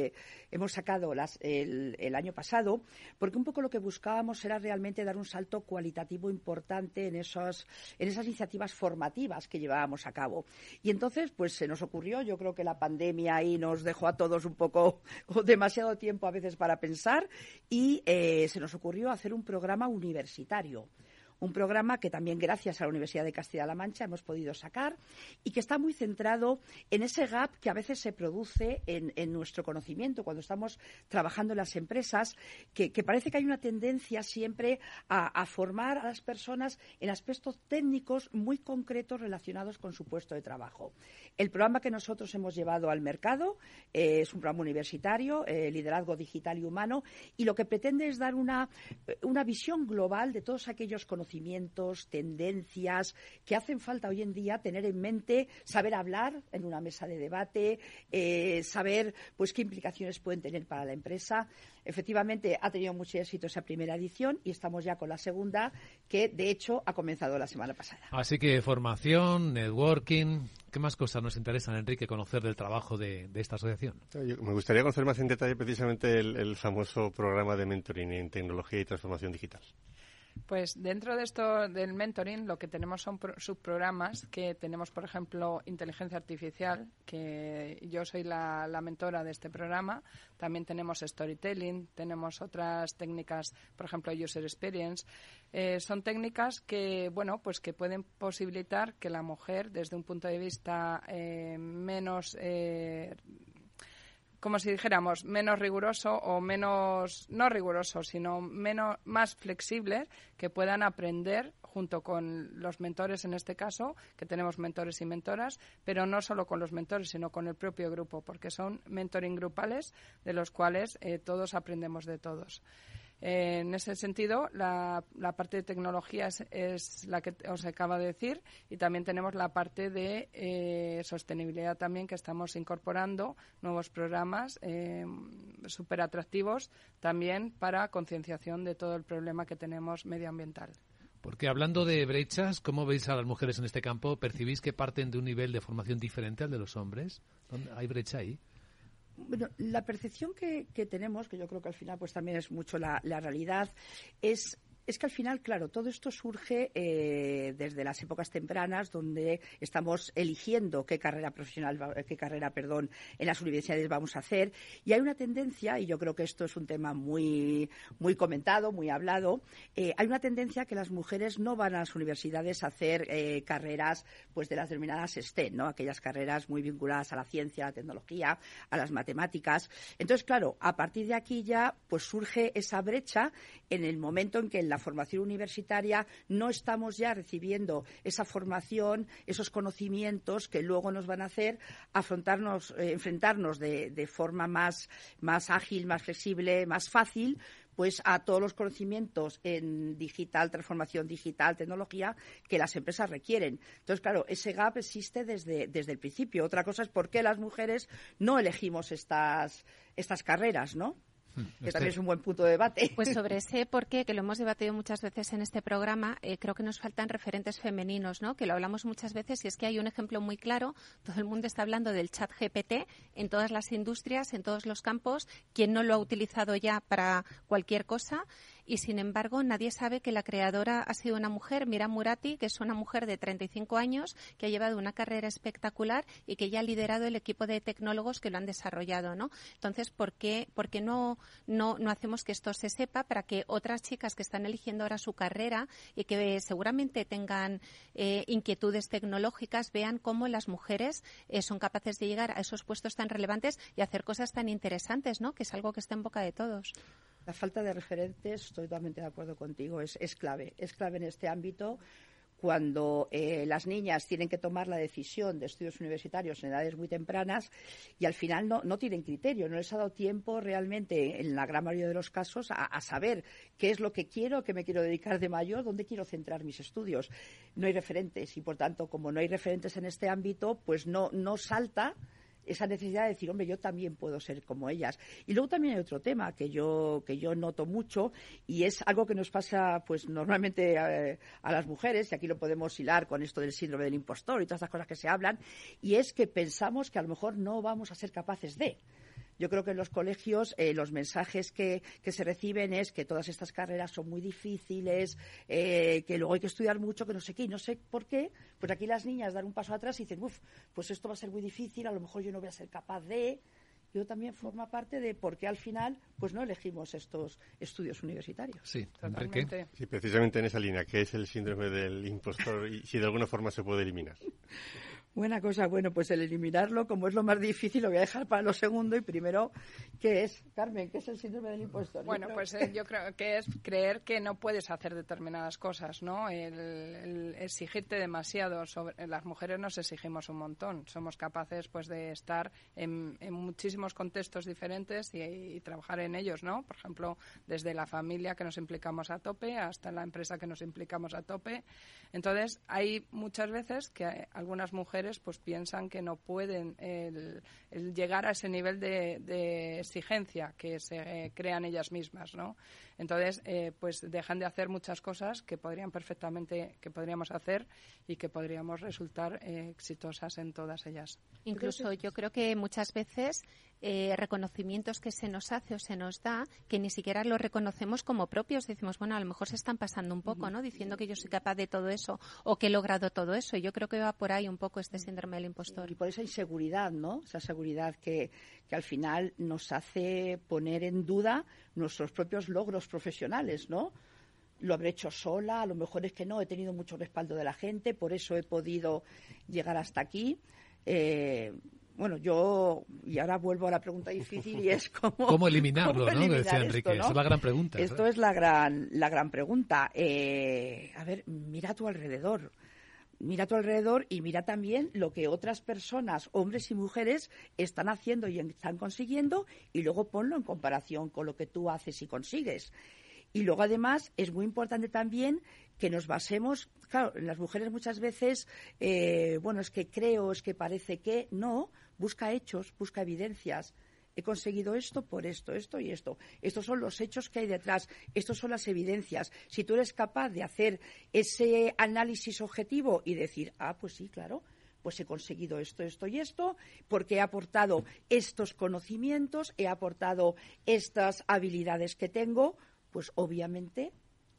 sacado el año pasado, porque un poco lo que buscábamos era realmente dar un salto cualitativo importante en esas iniciativas formativas que llevábamos a cabo. Y entonces pues se nos ocurrió, yo creo que la pandemia ahí nos dejó a todos un poco demasiado tiempo a veces para pensar, y se nos ocurrió hacer un programa universitario. Un programa que también, gracias a la Universidad de Castilla-La Mancha, hemos podido sacar y que está muy centrado en ese gap que a veces se produce en nuestro conocimiento cuando estamos trabajando en las empresas, que parece que hay una tendencia siempre a formar a las personas en aspectos técnicos muy concretos relacionados con su puesto de trabajo. El programa que nosotros hemos llevado al mercado es un programa universitario, liderazgo digital y humano, y lo que pretende es dar una visión global de todos aquellos conocimientos, tendencias que hacen falta hoy en día tener en mente, saber hablar en una mesa de debate, saber pues qué implicaciones pueden tener para la empresa. Efectivamente, ha tenido mucho éxito esa primera edición y estamos ya con la segunda, que de hecho ha comenzado la semana pasada. Así que formación, networking, ¿qué más cosas nos interesan, Enrique, conocer del trabajo de esta asociación? Me gustaría conocer más en detalle precisamente el famoso programa de mentoring en tecnología y transformación digital. Pues dentro de esto del mentoring lo que tenemos son subprogramas que tenemos, por ejemplo, inteligencia artificial, que yo soy la mentora de este programa. También tenemos storytelling, tenemos otras técnicas, por ejemplo, user experience. Son técnicas que, bueno, pues que pueden posibilitar que la mujer, desde un punto de vista menos como si dijéramos menos riguroso o menos, no riguroso, sino más flexible, que puedan aprender junto con los mentores en este caso, que tenemos mentores y mentoras, pero no solo con los mentores, sino con el propio grupo, porque son mentoring grupales de los cuales todos aprendemos de todos. En ese sentido, la parte de tecnología es la que os acabo de decir, y también tenemos la parte de sostenibilidad también, que estamos incorporando nuevos programas súper atractivos también para concienciación de todo el problema que tenemos medioambiental. Porque hablando de brechas, ¿cómo veis a las mujeres en este campo? ¿Percibís que parten de un nivel de formación diferente al de los hombres? ¿Hay brecha ahí? Bueno, la percepción que tenemos, que yo creo que al final pues también es mucho la realidad, es Es que al final, claro, todo esto surge desde las épocas tempranas, donde estamos eligiendo qué carrera en las universidades vamos a hacer, y hay una tendencia, y yo creo que esto es un tema muy comentado, muy hablado, hay una tendencia que las mujeres no van a las universidades a hacer carreras pues de las denominadas STEM, ¿no? Aquellas carreras muy vinculadas a la ciencia, a la tecnología, a las matemáticas. Entonces, claro, a partir de aquí ya pues surge esa brecha en el momento en que en la formación universitaria no estamos ya recibiendo esa formación, esos conocimientos que luego nos van a hacer enfrentarnos de forma más ágil, más flexible, más fácil, pues a todos los conocimientos en digital, transformación digital, tecnología, que las empresas requieren. Entonces, claro, ese gap existe desde el principio. Otra cosa es por qué las mujeres no elegimos estas carreras, ¿no? Que también es un buen punto de debate. Pues sobre ese porqué, que lo hemos debatido muchas veces en este programa, creo que nos faltan referentes femeninos, ¿no? Que lo hablamos muchas veces y es que hay un ejemplo muy claro. Todo el mundo está hablando del chat GPT en todas las industrias, en todos los campos. ¿Quién no lo ha utilizado ya para cualquier cosa? Y, sin embargo, nadie sabe que la creadora ha sido una mujer, Mira Murati, que es una mujer de 35 años que ha llevado una carrera espectacular y que ya ha liderado el equipo de tecnólogos que lo han desarrollado, ¿no? Entonces, ¿por qué no hacemos que esto se sepa para que otras chicas que están eligiendo ahora su carrera y que seguramente tengan inquietudes tecnológicas vean cómo las mujeres son capaces de llegar a esos puestos tan relevantes y hacer cosas tan interesantes, ¿no? Que es algo que está en boca de todos. La falta de referentes, estoy totalmente de acuerdo contigo, es clave en este ámbito. Cuando las niñas tienen que tomar la decisión de estudios universitarios en edades muy tempranas y al final no tienen criterio, no les ha dado tiempo realmente, en la gran mayoría de los casos, a saber qué es lo que quiero, a qué me quiero dedicar de mayor, dónde quiero centrar mis estudios. No hay referentes y, por tanto, como no hay referentes en este ámbito, pues no salta esa necesidad de decir, hombre, yo también puedo ser como ellas. Y luego también hay otro tema que yo noto mucho y es algo que nos pasa pues normalmente a las mujeres, y aquí lo podemos hilar con esto del síndrome del impostor y todas estas cosas que se hablan, y es que pensamos que a lo mejor no vamos a ser capaces de. Yo creo que en los colegios los mensajes que se reciben es que todas estas carreras son muy difíciles, que luego hay que estudiar mucho, que no sé qué, y no sé por qué. Pues aquí las niñas dan un paso atrás y dicen, pues esto va a ser muy difícil, a lo mejor yo no voy a ser capaz de. Yo también forma parte de por qué al final pues no elegimos estos estudios universitarios. Sí, Enrique. Sí, precisamente en esa línea, ¿qué es el síndrome del impostor y si de alguna forma se puede eliminar? Buena cosa. Bueno, pues el eliminarlo, como es lo más difícil, lo voy a dejar para lo segundo. Y primero, ¿qué es, Carmen? ¿Qué es el síndrome del impostor? Bueno, pues yo creo que es creer que no puedes hacer determinadas cosas, ¿no? El exigirte demasiado. Las mujeres nos exigimos un montón. Somos capaces pues de estar en muchísimos contextos diferentes y trabajar en ellos, ¿no? Por ejemplo, desde la familia, que nos implicamos a tope, hasta la empresa, que nos implicamos a tope. Entonces, hay muchas veces que algunas mujeres pues piensan que no pueden el llegar a ese nivel de exigencia que se crean ellas mismas, ¿no? Entonces, pues dejan de hacer muchas cosas que podríamos hacer y que podríamos resultar exitosas en todas ellas. Incluso yo creo que muchas veces reconocimientos que se nos hace o se nos da que ni siquiera los reconocemos como propios. Decimos, bueno, a lo mejor se están pasando un poco, ¿no? Diciendo que yo soy capaz de todo eso o que he logrado todo eso. Y yo creo que va por ahí un poco este síndrome del impostor. Y por esa inseguridad, ¿no? Esa seguridad que al final nos hace poner en duda nuestros propios logros profesionales, ¿no? Lo habré hecho sola, a lo mejor es que no, he tenido mucho respaldo de la gente, por eso he podido llegar hasta aquí. Bueno, y ahora vuelvo a la pregunta difícil y es ¿Cómo eliminarlo, ¿no? Decía Enrique, esa es la gran pregunta. Esto es la gran pregunta. A ver, mira a tu alrededor. Mira a tu alrededor y mira también lo que otras personas, hombres y mujeres, están haciendo y están consiguiendo, y luego ponlo en comparación con lo que tú haces y consigues. Y luego, además, es muy importante también que nos basemos, claro, las mujeres muchas veces, es que creo, es que parece que, no, busca hechos, busca evidencias. He conseguido esto por esto, esto y esto. Estos son los hechos que hay detrás, estos son las evidencias. Si tú eres capaz de hacer ese análisis objetivo y decir, pues sí, claro, pues he conseguido esto, esto y esto, porque he aportado estos conocimientos, he aportado estas habilidades que tengo, pues obviamente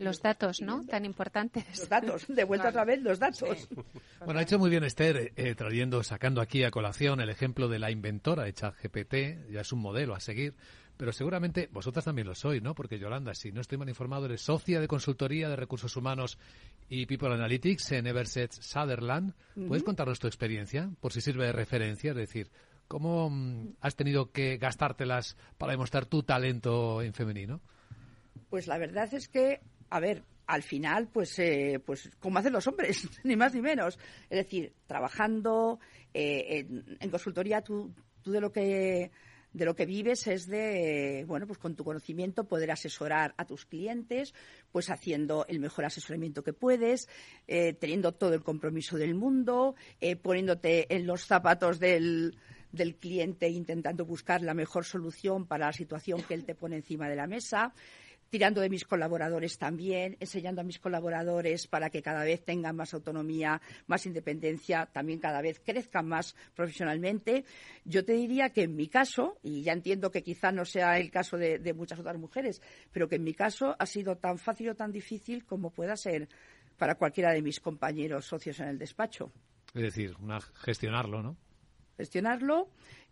Los datos, ¿no? Tan importantes. Los datos, de vuelta otra vez, los datos. Sí. Bueno, ha hecho muy bien Esther sacando aquí a colación el ejemplo de la inventora de ChatGPT, ya es un modelo a seguir, pero seguramente vosotras también lo sois, ¿no? Porque Yolanda, si no estoy mal informado, eres socia de consultoría de recursos humanos y People Analytics en Everset Sutherland. ¿Puedes contarnos tu experiencia, por si sirve de referencia? Es decir, ¿cómo has tenido que gastártelas para demostrar tu talento en femenino? Pues la verdad es que, a ver, al final, pues como hacen los hombres, ni más ni menos. Es decir, trabajando en consultoría, tú de lo que vives es de, bueno, pues con tu conocimiento poder asesorar a tus clientes, pues haciendo el mejor asesoramiento que puedes, teniendo todo el compromiso del mundo, poniéndote en los zapatos del cliente, intentando buscar la mejor solución para la situación que él te pone encima de la mesa, tirando de mis colaboradores también, enseñando a mis colaboradores para que cada vez tengan más autonomía, más independencia, también cada vez crezcan más profesionalmente. Yo te diría que en mi caso, y ya entiendo que quizá no sea el caso de muchas otras mujeres, pero que en mi caso ha sido tan fácil o tan difícil como pueda ser para cualquiera de mis compañeros socios en el despacho. Es decir, gestionarlo, ¿no? Gestionarlo,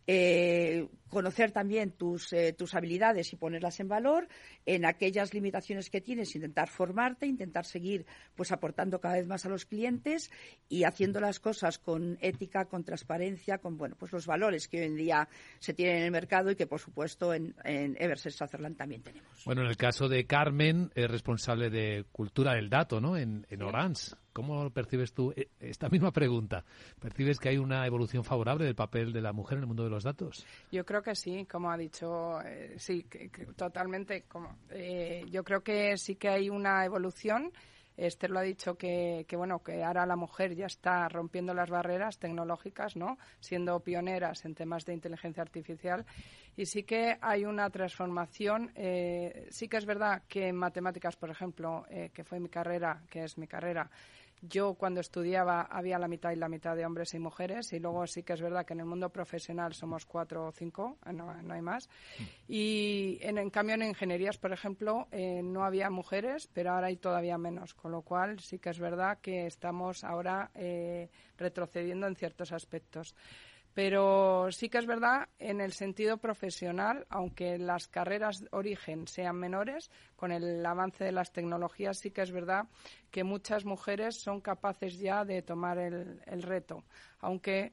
conocer también tus habilidades y ponerlas en valor, en aquellas limitaciones que tienes, intentar formarte, intentar seguir pues aportando cada vez más a los clientes y haciendo las cosas con ética, con transparencia, con pues los valores que hoy en día se tienen en el mercado y que por supuesto en Everset Sutherland también tenemos. Bueno, en el caso de Carmen, es responsable de cultura del dato, ¿no? En Orange. ¿Cómo percibes tú esta misma pregunta? ¿Percibes que hay una evolución favorable del papel de la mujer en el mundo de los datos? Yo creo que sí, como ha dicho, sí, totalmente. Yo creo que sí que hay una evolución. Esther lo ha dicho que ahora la mujer ya está rompiendo las barreras tecnológicas, ¿no? Siendo pioneras en temas de inteligencia artificial. Y sí que hay una transformación. Sí que es verdad que en matemáticas, por ejemplo, que fue mi carrera, que es mi carrera, yo cuando estudiaba había la mitad y la mitad de hombres y mujeres, y luego sí que es verdad que en el mundo profesional somos 4 o 5, no hay más. Y en cambio en ingenierías, por ejemplo, no había mujeres, pero ahora hay todavía menos, con lo cual sí que es verdad que estamos ahora retrocediendo en ciertos aspectos. Pero sí que es verdad en el sentido profesional, aunque las carreras de origen sean menores, con el avance de las tecnologías sí que es verdad que muchas mujeres son capaces ya de tomar el reto, aunque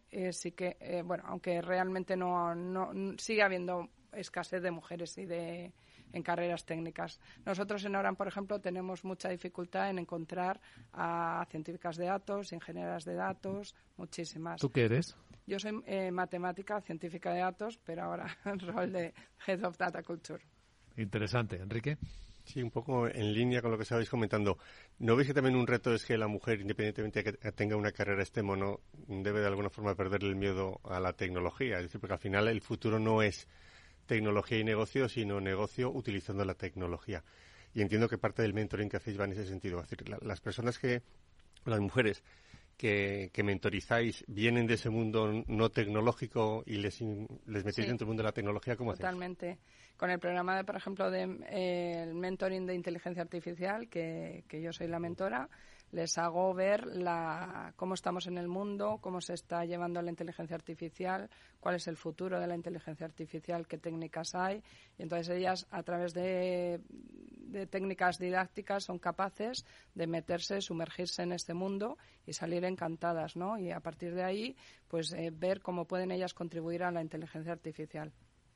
aunque realmente no sigue habiendo escasez de mujeres en carreras técnicas. Nosotros en Oran, por ejemplo, tenemos mucha dificultad en encontrar a científicas de datos, ingenieras de datos, muchísimas. ¿Tú qué eres? Yo soy matemática, científica de datos, pero ahora en rol de Head of Data Culture. Interesante. Enrique. Sí, un poco en línea con lo que estabais comentando. ¿No veis que también un reto es que la mujer, independientemente de que tenga una carrera STEM o no, debe de alguna forma perderle el miedo a la tecnología? Es decir, porque al final el futuro no es tecnología y negocio, sino negocio utilizando la tecnología. Y entiendo que parte del mentoring que hacéis va en ese sentido. Es decir, las personas las mujeres que mentorizáis vienen de ese mundo no tecnológico y les metéis dentro del mundo de la tecnología, ¿cómo hacéis? Totalmente. Con el programa, por ejemplo, el mentoring de inteligencia artificial, que yo soy la mentora, les hago ver cómo estamos en el mundo, cómo se está llevando la inteligencia artificial, cuál es el futuro de la inteligencia artificial, qué técnicas hay. Y entonces ellas, a través de técnicas didácticas, son capaces de meterse, sumergirse en este mundo y salir encantadas, ¿no? Y a partir de ahí, pues ver cómo pueden ellas contribuir a la inteligencia artificial.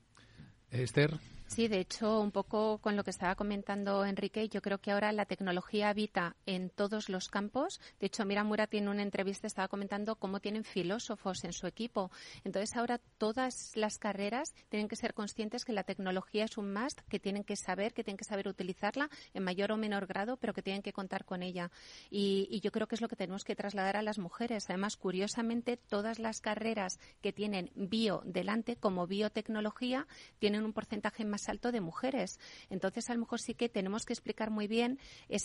Esther. Sí, de hecho, un poco con lo que estaba comentando Enrique, yo creo que ahora la tecnología habita en todos los campos. De hecho, Mira Murati en una entrevista estaba comentando cómo tienen filósofos en su equipo. Entonces, ahora todas las carreras tienen que ser conscientes que la tecnología es un must, que tienen que saber utilizarla en mayor o menor grado, pero que tienen que contar con ella. Y yo creo que es lo que tenemos que trasladar a las mujeres. Además, curiosamente, todas las carreras que tienen bio delante, como biotecnología, tienen un porcentaje más más alto de mujeres. Entonces, a lo mejor sí que tenemos que explicar muy bien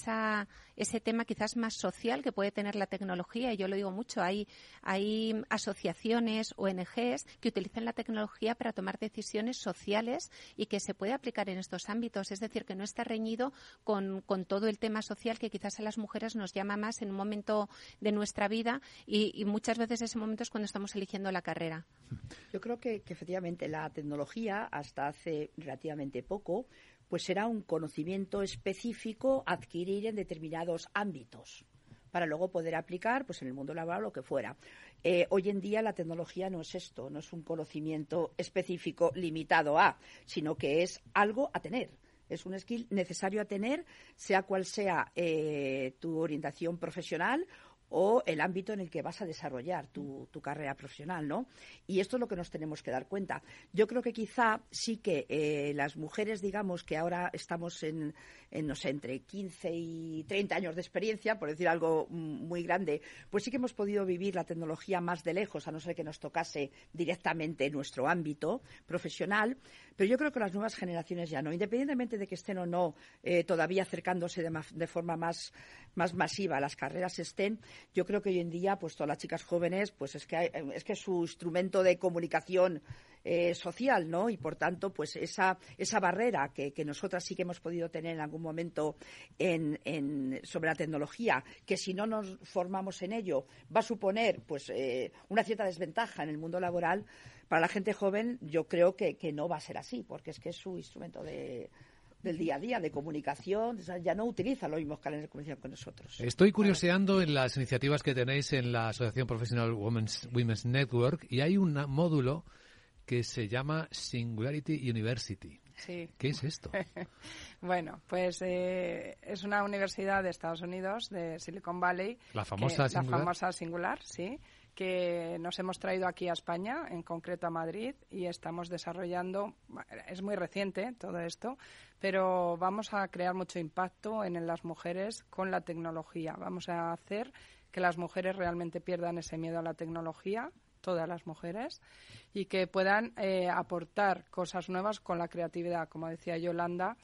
ese tema quizás más social que puede tener la tecnología. Y yo lo digo mucho, hay asociaciones, ONGs, que utilizan la tecnología para tomar decisiones sociales y que se puede aplicar en estos ámbitos. Es decir, que no está reñido con todo el tema social que quizás a las mujeres nos llama más en un momento de nuestra vida y muchas veces ese momento es cuando estamos eligiendo la carrera. Yo creo que efectivamente la tecnología, hasta hace relativamente poco, pues era un conocimiento específico a adquirir en determinados ámbitos para luego poder aplicar pues en el mundo laboral o lo que fuera. Hoy en día la tecnología no es esto, no es un conocimiento específico limitado a, sino que es algo a tener. Es un skill necesario a tener, sea cual sea tu orientación profesional o el ámbito en el que vas a desarrollar tu carrera profesional, ¿no? Y esto es lo que nos tenemos que dar cuenta. Yo creo que quizá sí que las mujeres, digamos, que ahora estamos en, no sé, entre 15 y 30 años de experiencia, por decir algo muy grande, pues sí que hemos podido vivir la tecnología más de lejos, a no ser que nos tocase directamente nuestro ámbito profesional, pero yo creo que las nuevas generaciones ya no, independientemente de que estén o no todavía acercándose de forma más masiva a las carreras estén. Yo creo que hoy en día, pues todas las chicas jóvenes, pues es que es su instrumento de comunicación social, ¿no? Y por tanto, pues esa barrera que nosotras sí que hemos podido tener en algún momento sobre la tecnología, que si no nos formamos en ello va a suponer pues una cierta desventaja en el mundo laboral, para la gente joven yo creo que no va a ser así, porque es que es su instrumento del día a día, de comunicación, o sea, ya no utiliza los mismos canales de comunicación que nosotros. Estoy curioseando en las iniciativas que tenéis en la Asociación Professional Women's Network y hay un módulo que se llama Singularity University. Sí. ¿Qué es esto? Bueno, pues es una universidad de Estados Unidos, de Silicon Valley. La famosa Singular. La famosa Singular, sí, que nos hemos traído aquí a España, en concreto a Madrid, y estamos desarrollando, es muy reciente todo esto, pero vamos a crear mucho impacto en las mujeres con la tecnología. Vamos a hacer que las mujeres realmente pierdan ese miedo a la tecnología, todas las mujeres, y que puedan aportar cosas nuevas con la creatividad. Como decía Yolanda,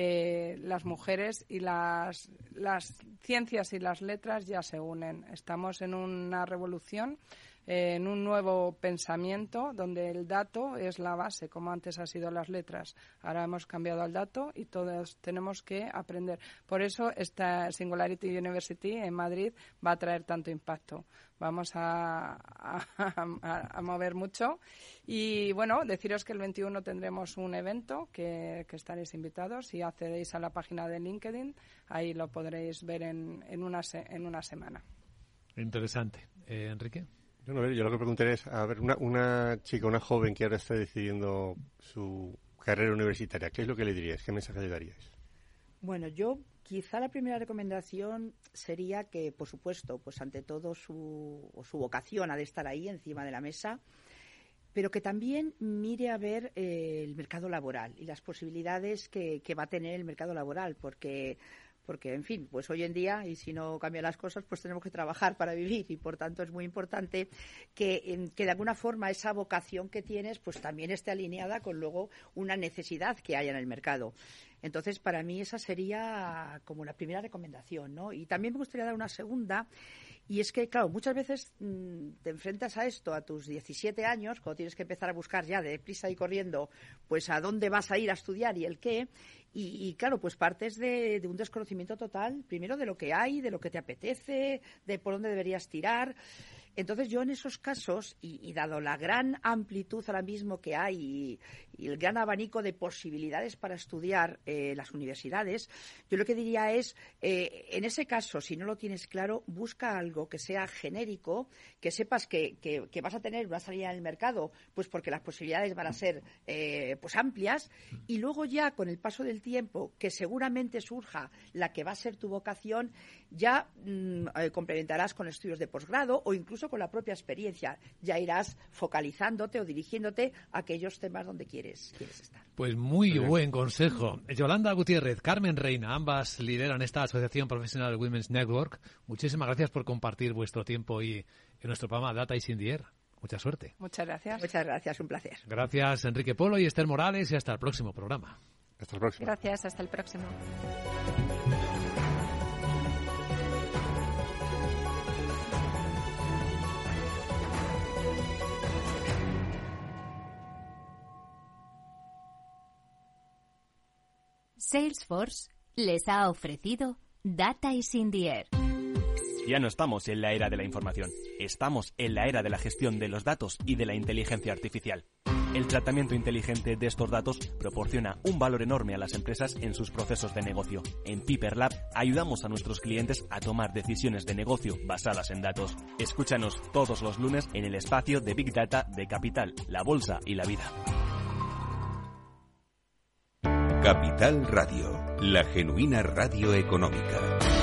las mujeres y las ciencias y las letras ya se unen. Estamos en una revolución, en un nuevo pensamiento donde el dato es la base, como antes ha sido las letras. Ahora hemos cambiado al dato y todos tenemos que aprender. Por eso esta Singularity University en Madrid va a traer tanto impacto. Vamos a mover mucho. Y bueno, deciros que el 21 tendremos un evento que estaréis invitados. Si accedéis a la página de LinkedIn, ahí lo podréis ver en una semana. Interesante. Enrique. Yo lo que preguntaría es, a ver, una chica, una joven que ahora está decidiendo su carrera universitaria, ¿qué es lo que le diríais? ¿Qué mensaje le daríais? Bueno, yo quizá la primera recomendación sería que, por supuesto, pues ante todo su vocación ha de estar ahí encima de la mesa, pero que también mire a ver el mercado laboral y las posibilidades que va a tener el mercado laboral, porque, en fin, pues hoy en día, y si no cambian las cosas, pues tenemos que trabajar para vivir y, por tanto, es muy importante que de alguna forma esa vocación que tienes pues también esté alineada con luego una necesidad que haya en el mercado. Entonces, para mí esa sería como la primera recomendación, ¿no? Y también me gustaría dar una segunda, y es que, claro, muchas veces te enfrentas a esto a tus 17 años, cuando tienes que empezar a buscar ya deprisa y corriendo, pues a dónde vas a ir a estudiar y el qué, y claro, pues partes de un desconocimiento total, primero de lo que hay, de lo que te apetece, de por dónde deberías tirar. Entonces yo en esos casos, y dado la gran amplitud ahora mismo que hay y el gran abanico de posibilidades para estudiar las universidades, yo lo que diría es, en ese caso, si no lo tienes claro, busca algo que sea genérico, que sepas que vas a tener una salida en el mercado, pues porque las posibilidades van a ser pues amplias, y luego ya con el paso del tiempo, que seguramente surja la que va a ser tu vocación, ya complementarás con estudios de posgrado o incluso con la propia experiencia. Ya irás focalizándote o dirigiéndote a aquellos temas donde quieres estar. Pues muy buen consejo. Yolanda Gutiérrez, Carmen Reina, ambas lideran esta Asociación Professional Women's Network. Muchísimas gracias por compartir vuestro tiempo hoy en nuestro programa Data is in the Air. Mucha suerte. Muchas gracias. Muchas gracias, un placer. Gracias, Enrique Polo y Esther Morales, y hasta el próximo programa. Hasta el próximo. Gracias, hasta el próximo. Salesforce les ha ofrecido Data is in the Air. Ya no estamos en la era de la información, estamos en la era de la gestión de los datos y de la inteligencia artificial. El tratamiento inteligente de estos datos proporciona un valor enorme a las empresas en sus procesos de negocio. En Piper Lab ayudamos a nuestros clientes a tomar decisiones de negocio basadas en datos. Escúchanos todos los lunes en el espacio de Big Data de Capital, la Bolsa y la Vida. Capital Radio, la genuina radio económica.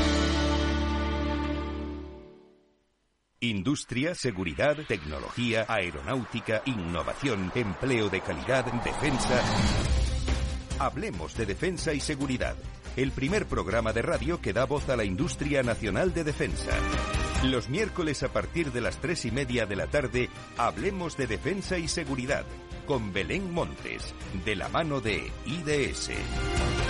Industria, seguridad, tecnología, aeronáutica, innovación, empleo de calidad, defensa. Hablemos de defensa y seguridad. El primer programa de radio que da voz a la industria nacional de defensa. Los miércoles a partir de las 3:30 de la tarde, hablemos de defensa y seguridad con Belén Montes, de la mano de IDS.